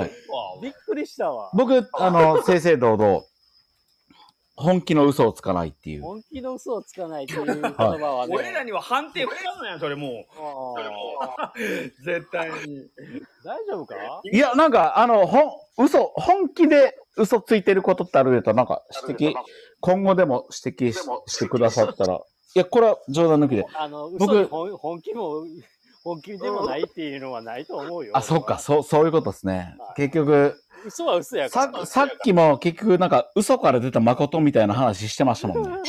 びっくりしたわ。 僕、正々堂々、本気の嘘をつかないっていう。 本気の嘘をつかないっていう言葉はね。 俺らには判定不可能やん、それもう。絶対に。 大丈夫か？ いや、なんか、本気で嘘ついてることってあると、なんか今後でも指摘してくださったら、いや、これは冗談抜きで。 僕、本気でもないっていうのはないと思うよ。 あ、そっか、そういうことですね。結局、 嘘は嘘やから。 さっきも結局なんか嘘から出た誠みたいな話してましたもんね。はい。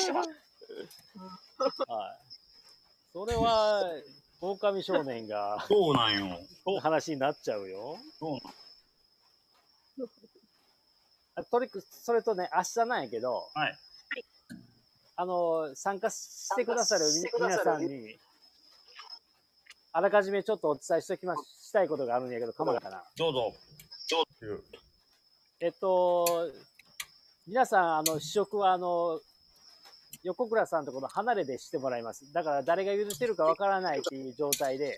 それは、狼少年が、 そうなんよ。 話になっちゃうよ。それとね、明日なんやけど、 はい。 参加してくださる皆さんに、あらかじめちょっとお伝えしたいことがあるんやけど、構うかな。 どうぞ。 皆さん、試食は、横倉さんとこの離れでしてもらいます。だから誰が茹でてるかわからないっていう状態で、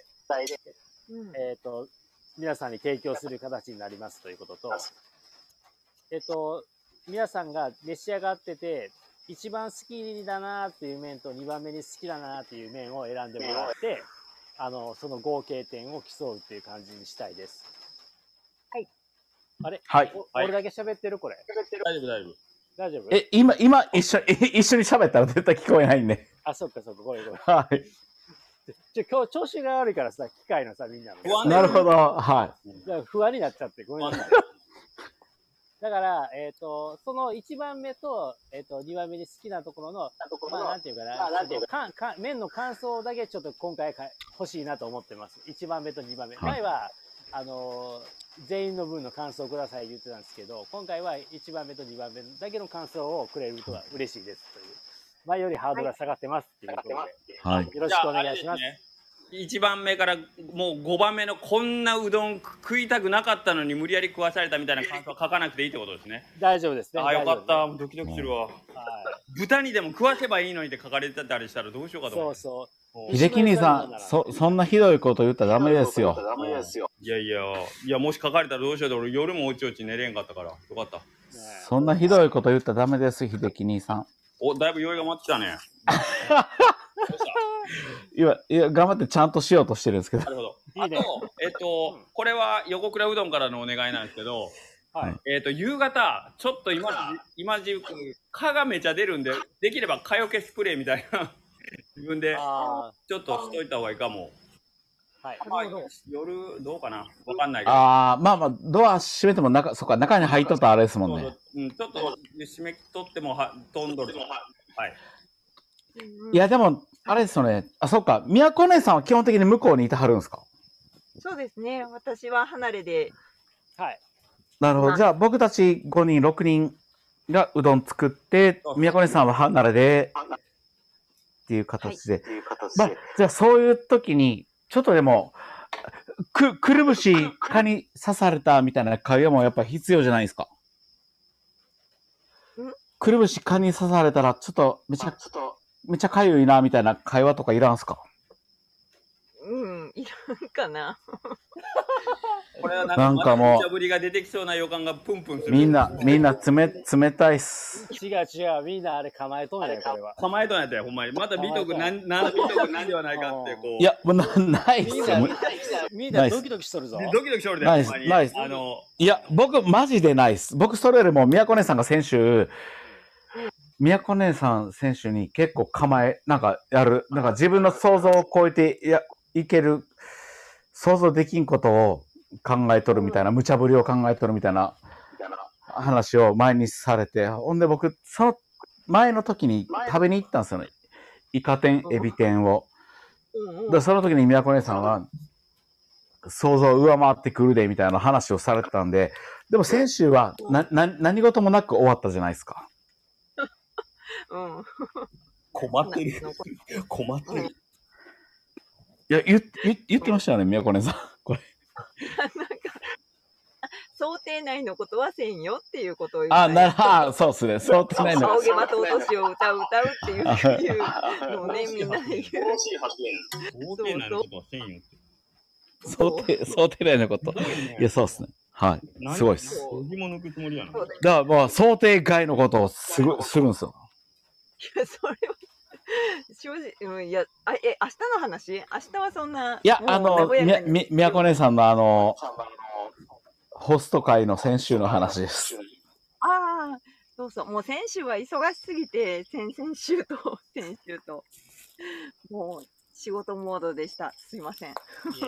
皆さんに提供する形になりますということと、皆さんが召し上がってて、一番好きだなっていう麺と2番目に好きだなっていう麺を選んでもらって、その合計点を競うっていう感じにしたいです。はい。あれ？ はい。 俺だけ喋ってるこれ。大丈夫？ 今一緒に喋ったら絶対聞こえないんで。 あ、そっか、ごめん。 はい。 今日調子が悪いからさ、機械のさ、みんなの。 なるほど。はい。 不安になっちゃって、ごめんなさい。だから、その1番目と、2番目に好きなところの、なんていうかな、麺の感想だけちょっと今回欲しいなと思ってます。1番目と2番目。前は、全員の分の感想をください言ってたんですけど、今回は1番目と2番目だけの感想をくれるとは嬉しいですという。前よりハードルが下がってますっていうことで、 はい、 よろしくお願いします。 1番目からもう5番目のこんなうどん食いたくなかったのに無理やり食わされたみたいな感想は書かなくていいってことですね。 大丈夫ですね。 あ、よかった。ドキドキするわ。豚にでも食わせばいいのにって書かれてたりしたらどうしようかと思って。 そう。 秀樹兄さん、そんなひどいこと言ったらダメですよ。 いや、もし書かれたらどうしようと俺夜もおちおち寝れんかったから。よかった。 そんなひどいこと言ったらダメです、秀樹兄さん。 お、だいぶ酔いが待ってきたね。 いや、頑張ってちゃんとしようとしてるんですけど。 なるほど。あと、これは横倉うどんからのお願いなんですけど、夕方、ちょっと今時蚊がめちゃ出るんで、できれば蚊よけスプレーみたいな、自分でちょっとしといた方がいいかも。 はい。 夜、どうかなわかんないけど。 まあまあ、ドア閉めてもそっか、中に入っとったらあれですもんね。 ちょっと閉めとっても飛んどると。はい。 いや、でも、あれですよね。そっか。宮古姉さんは基本的に向こうにいてはるんですか？ そうですね。私は離れで。 はい。 なるほど。じゃあ、僕たち5人、6人がうどん作って、宮古姉さんは離れで、っていう形で。まあ、じゃあ、そういう時に、ちょっとでも、くるぶし、蚊に刺されたみたいな会話もやっぱ必要じゃないですか。くるぶし、蚊に刺されたら、ちょっと、めちゃかゆいな、みたいな会話とかいらんすか？ いらんかな。 これはなんかもう、無茶ぶりが出てきそうな予感がプンプンする。 みんな冷たいっす。 違う、みんなあれ構えとんや、これは。 構えとんやったよ、ほんまに。また美徳なんではないかって、こう。 いや、もうないっすよ。 みんなドキドキしとるぞ。 ドキドキしとるで、 ないっす。いや、僕、マジでないっす。僕、それよりも、宮古姉さんが先週、宮古姉さん選手に結構なんか自分の想像を超えていける、想像できんことを考えとるみたいな、無茶ぶりを考えとるみたいな話を前にされて、ほんで僕、その前の時に食べに行ったんですよね。イカ天、エビ天を。で、その時に宮古姉さんは、想像を上回ってくるでみたいな話をされてたんで、でも先週は何事もなく終わったじゃないですか。 困ってる。いや、言ってましたよね、宮古根さん。これ。 なんか、想定内のことはせんよっていうことを言って。 そうっすね。想定内の。 仰げまとうとしを歌うっていうのをね、みんなで言う。 想定内のことはせんよって。 想定内のこと。いや、そうっすね。はい。すごいっす。 抜くつもりやな。 だからもう想定外のことをするんですよ。 いや、それは、正直、いや、明日の話？明日はそんな。 いや、宮古姉さんのホスト会の先週の話です。 ああ、そうそう。もう先週は忙しすぎて、先週と、もう仕事モードでした。すいません。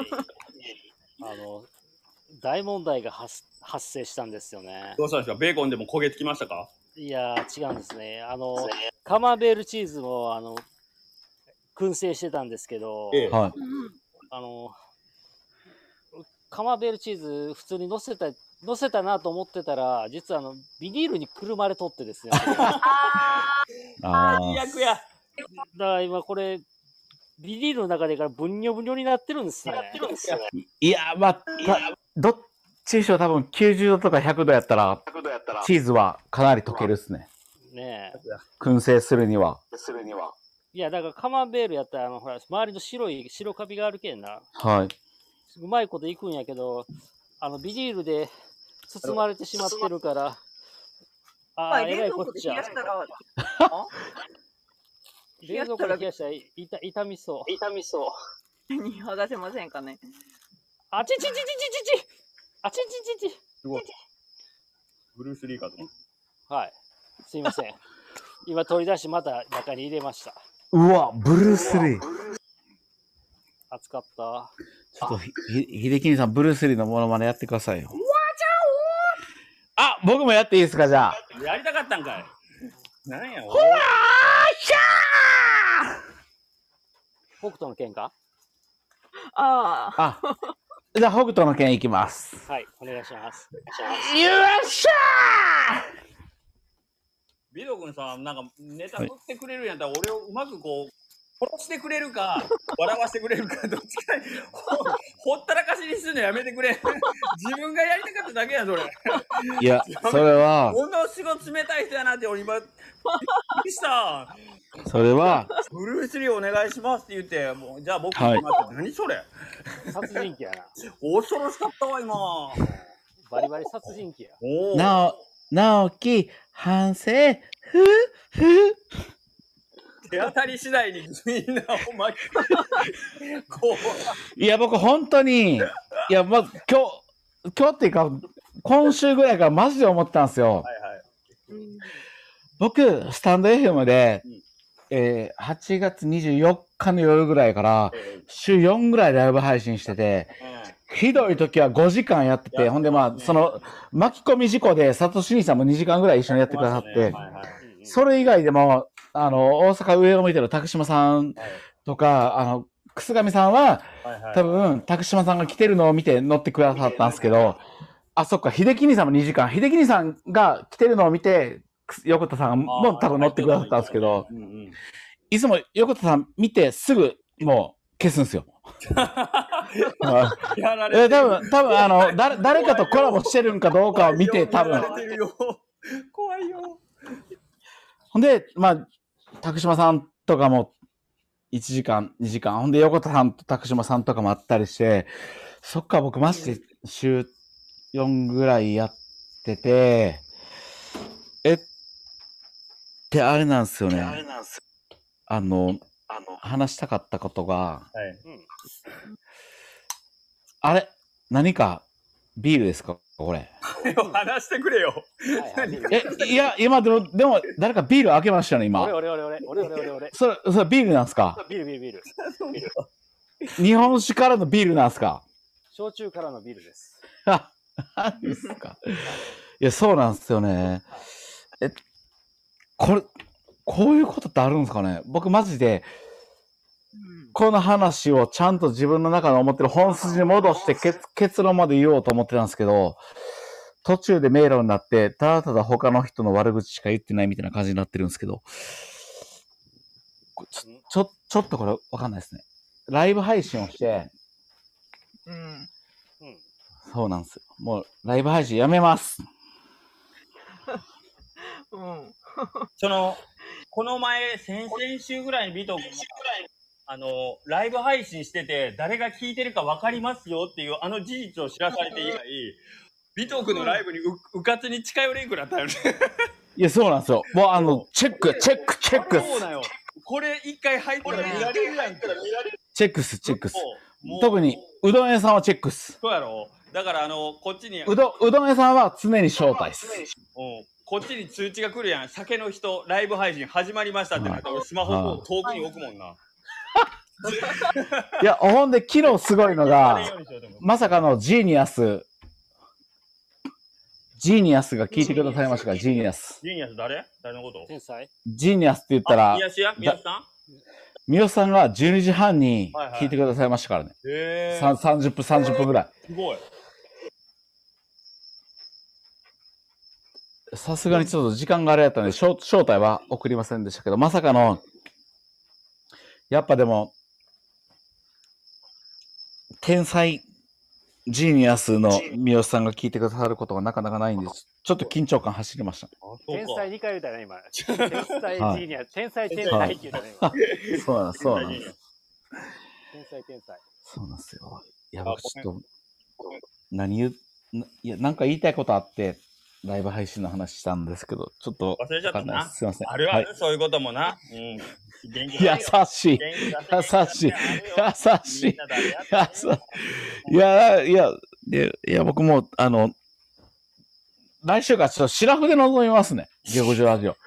大問題が発生したんですよね。 どうしたんですか？ベーコンでも焦げつきましたか？ いや違うんですね。カマーベールチーズも燻製してたんですけど、 はい、 カマーベールチーズ普通に乗せたなと思ってたら、実はビニールにくるまれとってですね。 最悪や。 だから今これビニールの中でからブニョブニョになってるんですね。 いや、まあ、どっちにしろ多分90度とか100度やったら、チーズはかなり溶けるっすね。 ねえ。 燻製するには。 いや、だからカマーベールやったら、ほら、周りの白カビがあるけんな。 はい。 うまいこといくんやけど、ビニールで包まれてしまってるから、えらいこっちゃ。冷蔵庫で冷やしたら痛みそう。 に剥がせませんかね。 あちちちちちちちあちちちちすごい。ブルース・リーかと。 はい。すいません。今取り出しまた中に入れました。 うわ、ブルース・リー。 熱かった。 ちょっと、秀樹さん、ブルース・リーのモノマネやってくださいよ。僕もやっていいですか、じゃあ。 やりたかったんかい。なんや、 ほらーしゃー北斗の剣か？ じゃあ、北斗の剣いきます。 はい、お願いします。 よっしゃービド君さ、なんかネタ振ってくれるんやったら、俺をうまくこう、殺してくれるか、笑わせてくれるか、どっちかほったらかしにするのやめてくれ。自分がやりたかっただけや、それ。 いや、それは。 ものすごい冷たい人やなって、俺今、びっくりした。 それは。 ブルース・リーお願いしますって言って、もうじゃあ僕行きます。何それ。 殺人鬼やな。 恐ろしかったわ、今。 バリバリ殺人鬼や。 直樹、反省、 手当たり次第にみんなを巻きこう。いや、僕本当に、いや、まず今日っていうか、今週ぐらいからマジで思ったんですよ。僕、スタンド FM で、 8月24日の夜ぐらいから、週4ぐらいライブ配信してて、ひどい時は5時間やってて、ほんでその巻き込み事故で、サトシ兄さんも2時間ぐらい一緒にやってくださって、それ以外でも、大阪上を向いてる竹島さんとか、楠上さんは、多分、竹島さんが来てるのを見て乗ってくださったんですけど、あ、そっか、秀樹兄さんも2時間、秀樹兄さんが来てるのを見て、横田さんも多分乗ってくださったんですけど、いつも横田さん見てすぐもう消すんですよ。多分誰かとコラボしてるんかどうかを見て、多分。 怖いよ。 ほんで、竹島さんとかも1時間、2時間、ほんで横田さんと竹島さんとかもあったりして、そっか、僕マジで週4ぐらいやってて、ってあれなんですよね。話したかったことが、あれ何かビールですかこれ。 話してくれよ。 いや、今でも、誰かビール開けましたね、今。 俺。 それビールなんすか？ ビール。 日本酒からのビールなんすか？ 焼酎からのビールです。 何ですか？いや、そうなんですよね。こういうことってあるんですかね？僕マジで、この話をちゃんと自分の中で思ってる本筋に戻して結論まで言おうと思ってたんですけど、途中で迷路になって、ただただ他の人の悪口しか言ってないみたいな感じになってるんですけど、ちょっとこれわかんないですね。ライブ配信をして、そうなんですよ。もうライブ配信やめます。 この前、先々週ぐらいにビト君ライブ配信してて、誰が聞いてるか分かりますよっていう事実を知らされて以来、ビト君のライブにうかつに近寄れんくなったよね。 いや、そうなんですよ。もうチェック。 そうだよ。これ一回入ったら見られるやん。 チェックス。特に、うどん屋さんはチェックス。 そうやろ。だからこっちに。 うどん屋さんは常に招待す。 こっちに通知が来るやん。酒の人、ライブ配信始まりましたってなったら、俺スマホを遠くに置くもんな。 いや、ほんで、昨日すごいのが、まさかのジーニアスが聞いてくださいましたか？ジーニアス誰のこと？ 天才？ ジーニアスって言ったら、三好さんが12時半に聞いてくださいましたからね。30分ぐらい。 すごい。 さすがにちょっと時間があれやったんで、招待は送りませんでしたけど、まさかの、やっぱでも、天才ジーニアスの三好さんが聞いてくださることがなかなかないんです。ちょっと緊張感走りました。 天才2回言うたね、今。天才ジーニアス、天才って言うたね、今。 そうなんです。 天才。 そうなんですよ。いや、僕ちょっと、なんか言いたいことあって、ライブ配信の話したんですけど、ちょっと忘れちゃったな。 すいません。 ある、そういうこともな。 優しい。いや、僕も、来週からちょっとシラフで臨みますね。下克上ラジオ。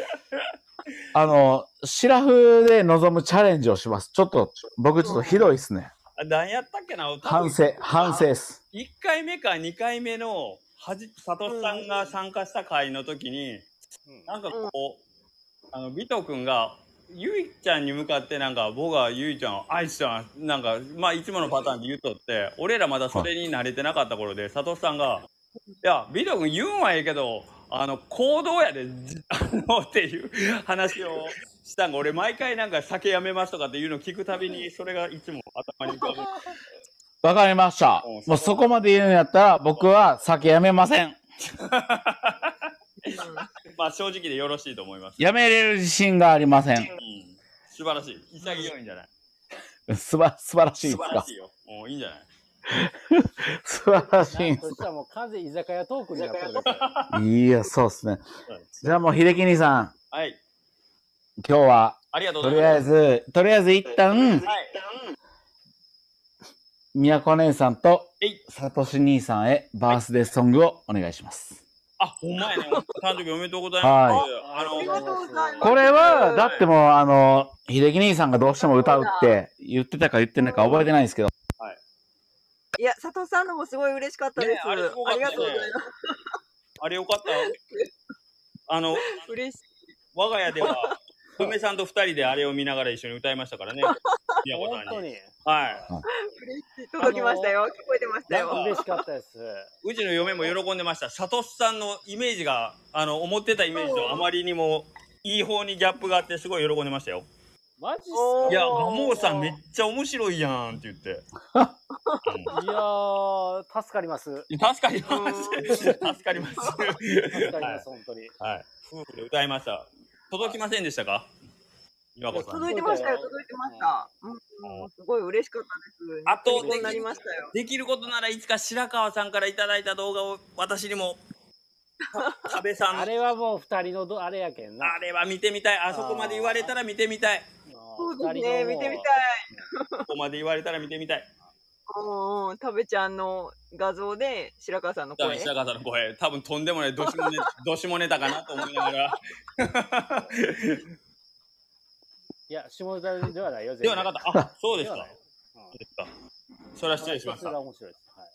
シラフで臨むチャレンジをします。僕ちょっとひどいっすね。 何やったっけな？ 反省っす。 1回目か2回目の、佐藤さんが参加した回の時に、なんかビト君が、ゆいちゃんに向かって僕はゆいちゃんを愛してます。いつものパターンで言っとって、俺らまだそれに慣れてなかった頃で、佐藤さんが、いや、ビト君言うんはええけど、行動やで、っていう話をしたんが、俺毎回酒やめますとかっていうのを聞くたびに、それがいつも頭に浮かぶ。 わかりました。もうそこまで言うんやったら、僕は酒やめません。 正直でよろしいと思います。 やめれる自信がありません。 素晴らしい。潔いんじゃない？ 素晴らしいですか？ 素晴らしいよ。いいんじゃない？ 素晴らしいんですか？ そしたらもう完全居酒屋トークになってるだけ。 いや、そうですね。じゃあもう、秀樹兄さん。 はい。 今日は、 ありがとうございます。 とりあえず一旦、みやこ姉さんと、さとし兄さんへバースデーソングをお願いします。 あ、ほんまやね。誕生日おめでとうございます。 これは、だってもう、秀樹兄さんがどうしても歌うって言ってたか言ってないか覚えてないんですけど。 はい。 いや、佐藤さんのもすごい嬉しかったです。ありがとうございます。 あれよかった。 嬉しい。 我が家では、嫁さんと2人であれを見ながら一緒に歌いましたからね。宮子さんに。はい。 嬉しい。届きましたよ。聞こえてましたよ。 嬉しかったです。 うちの嫁も喜んでました。サトシさんのイメージが、思ってたイメージとあまりにもいい方にギャップがあってすごい喜んでましたよ。 マジっすか？ いや、ガモーさんめっちゃ面白いやんって言って。 いやー、助かります。 助かります。助かります。 助かります、本当に。 はい。夫婦で歌いました。届きませんでしたか？岩子さん。 届いてましたよ、届いてました。すごい嬉しかったです。 あとできることならいつか白川さんからいただいた動画を私にも多部さんあれはもう2人のあれやけんな。 あれは見てみたい。あそこまで言われたら見てみたい。 そうですね、見てみたい。 ここまで言われたら見てみたい。 タベちゃんの画像で白川さんの声。 白川さんの声、多分とんでもないどしもネタかなと思いながら。 いや、下ネタではないよ。 ではなかった。あ、そうですか。それは失礼しました。 それは面白いです。はい。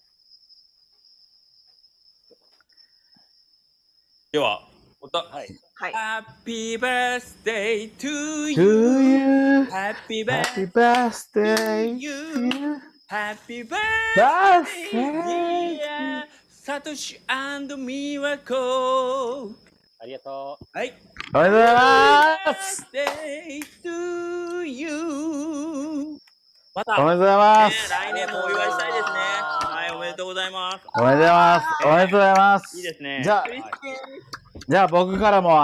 では、 はい。 Happy birthday to you. Happy birthday to you. Happy birthday, dear Satoshi and Miracle. ありがとう。 はい。 おめでとうございます。 Birthday to you. また、 おめでとうございます。 来年もお祝いしたいですね。はい、おめでとうございます。 おめでとうございます。おめでとうございます。 いいですね。 じゃあ僕からも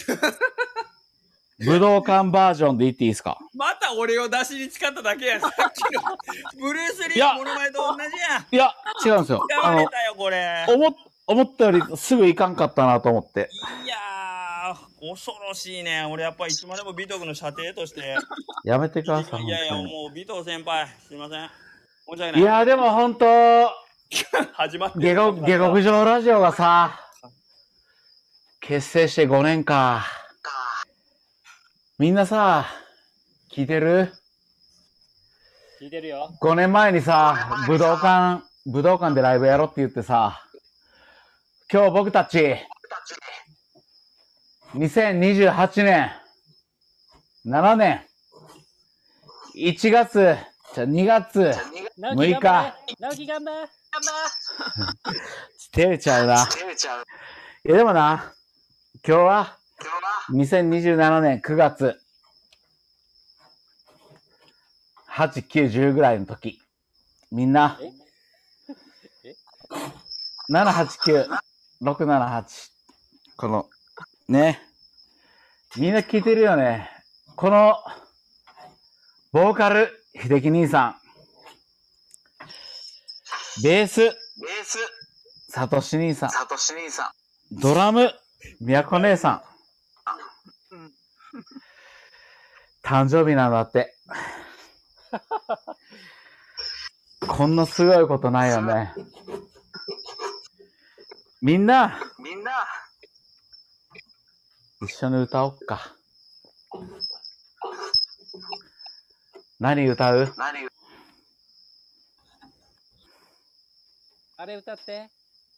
武道館バージョンで言っていいですか？ また俺を出しに使っただけやん。さっきのブルース・リーのモノマネと同じやん。 いや、違うんですよ。 使われたよ、これ。 思ったよりすぐいかんかったなと思って。 いやー、恐ろしいね。俺やっぱいつまでも美徳の射程として。 やめてください。 いやいや、もう美徳先輩、すいません。申し訳ない。 いや、でも本当始まって下克上ラジオがさ、結成して5年か。みんなさ、聞いてる？ 聞いてるよ。 5年前にさ、武道館でライブやろうって言ってさ、今日僕たち、2028年、7年、2月6日、 直樹頑張れ。 照れちゃうな。いやでもな、今日は2027年9月8、9、10ぐらいの時、みんな7、8、9、6、7、8、このね、みんな聞いてるよね。このボーカル秀樹兄さん、ベースサトシ兄さん、ドラムみやこ姉さん、誕生日なんだって。こんなすごいことないよね。みんな一緒に歌おっか。何歌う？ あれ歌って。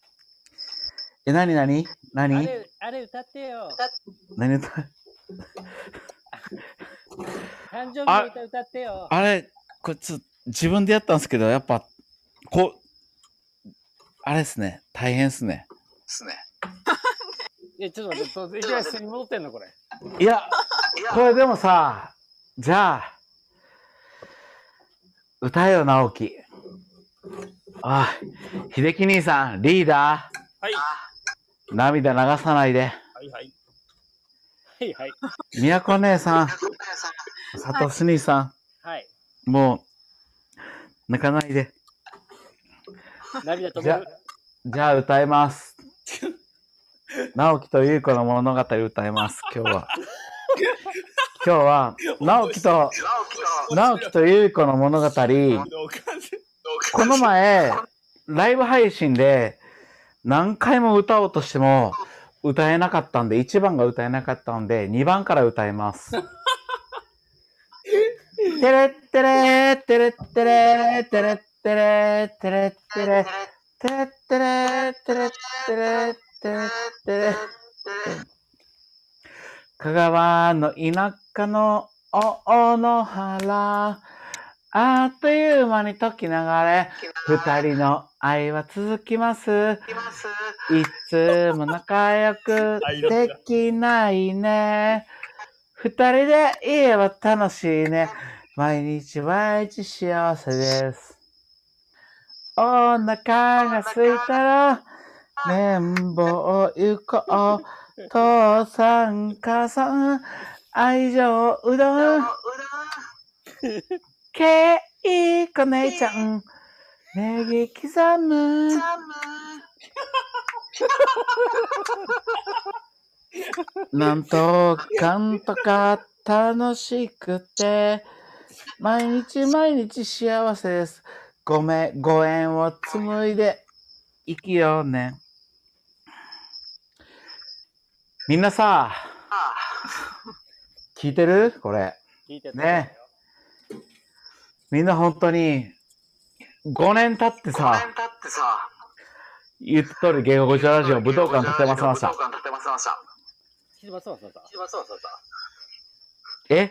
何あれ歌ってよ。 何歌う？ 誕生日の歌歌ってよ。 あれ、これ自分でやったんですけど、やっぱ、あれですね、大変ですね。 いや、ちょっと待って、いきなりに戻ってんのこれ。 いや、これでもさ、じゃあ、歌えよ、直樹。秀樹兄さん、リーダー。 はい。 涙流さないで。 はいはい。 はいはい。 みやこ姉さん、さとし兄さん、 はい。 もう、泣かないで。 涙止める。 じゃあ歌います。直樹と優子の物語歌います、今日は。今日は、直樹と優子の物語、この前、ライブ配信で、 何回も歌おうとしても歌えなかったんで、1番が歌えなかったんで、2番から歌います。テレッテレーテレッテレーテレッテレーテレッテレーテレッテレーテレッテレーテレッテレー香川の田舎の大野原、あっという間に時流れ、二人の愛は続きます。いつも仲良くできないね。二人でいれば楽しいね。毎日毎日幸せです。お腹が空いたら、綿棒行こう。父さん、母さん、愛情うどん。けいこ姉ちゃん、ネギ刻む。なんとかんとか楽しくて、毎日毎日幸せです。ご縁を紡いで生きようね。みんなさ、聞いてる？これ。 聞いてたね。みんな本当に5年経ってさ、言った通り芸語ラジオ武道館建てませました。え？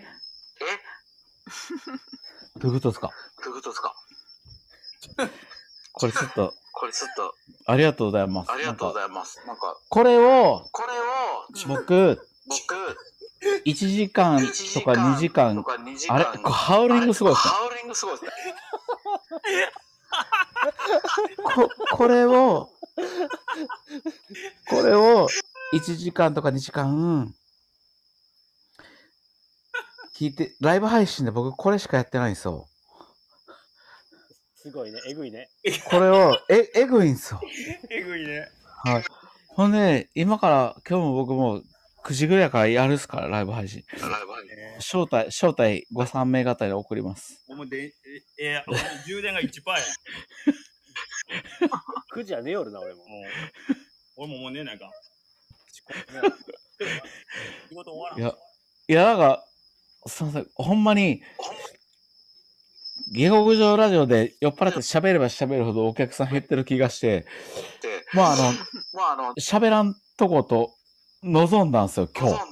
どういうことですか？これちょっと、ありがとうございます。なんかこれを、僕、1時間とか2時間、あれハウリングすごいですね。これを1時間とか2時間聞いて、ライブ配信で僕これしかやってないんですよ。 すごいね、えぐいね。 これを、えぐいんですよ。 えぐいね。 はい。ほんで、今から、今日も僕も9時ぐらいからやるっすから、ライブ配信。招待5、3名方で送ります。 充電が 1% や。 9時は寝よるな、俺も。 俺ももう寝ないか。 いや、なんか、すみません、ほんまに、下克上ラジオで酔っ払って喋れば喋るほどお客さん減ってる気がして、喋らんとこと望んだんですよ、今日。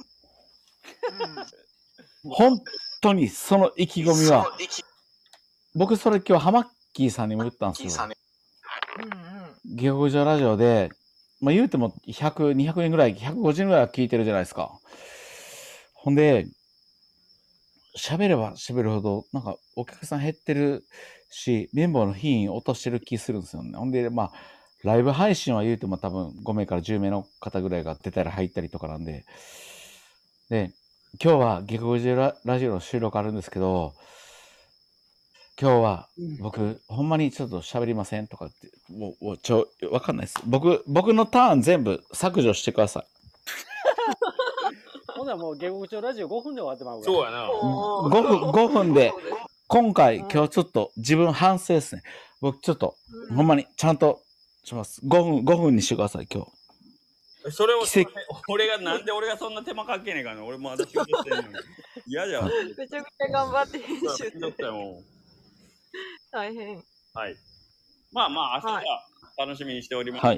本当にその意気込みは、僕それ今日ハマッキーさんにも言ったんですよ。下克上ラジオで、言うても100、200人ぐらい、150人ぐらいは聞いてるじゃないですか。ほんで、喋れば喋るほど、なんかお客さん減ってるし、綿棒の品位落としてる気するんですよね。ほんで、ライブ配信は言うても多分5名から10名の方ぐらいが出たり入ったりとかなんで、で、今日は下克上ラジオの収録あるんですけど、今日は僕、ほんまにちょっと喋りませんとかって、わかんないです。僕のターン全部削除してください。 ほんならもう下克上ラジオ5分で終わってまうそうやな。 5分で、今日ちょっと自分反省ですね。僕ちょっと、ほんまにちゃんとします。5分にしてください、今日。 それをなんで俺がそんな手間かけねえかな。俺もまだ仕事してんのに。嫌じゃん。 めちゃくちゃ頑張って編集して。大変。 はい。明日楽しみにしております。 はい。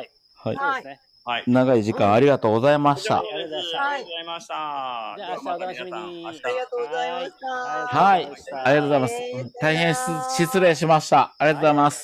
長い時間ありがとうございました。 ありがとうございました。 じゃあ明日お楽しみに。 ありがとうございました。 はい。ありがとうございます。大変失礼しました。ありがとうございます。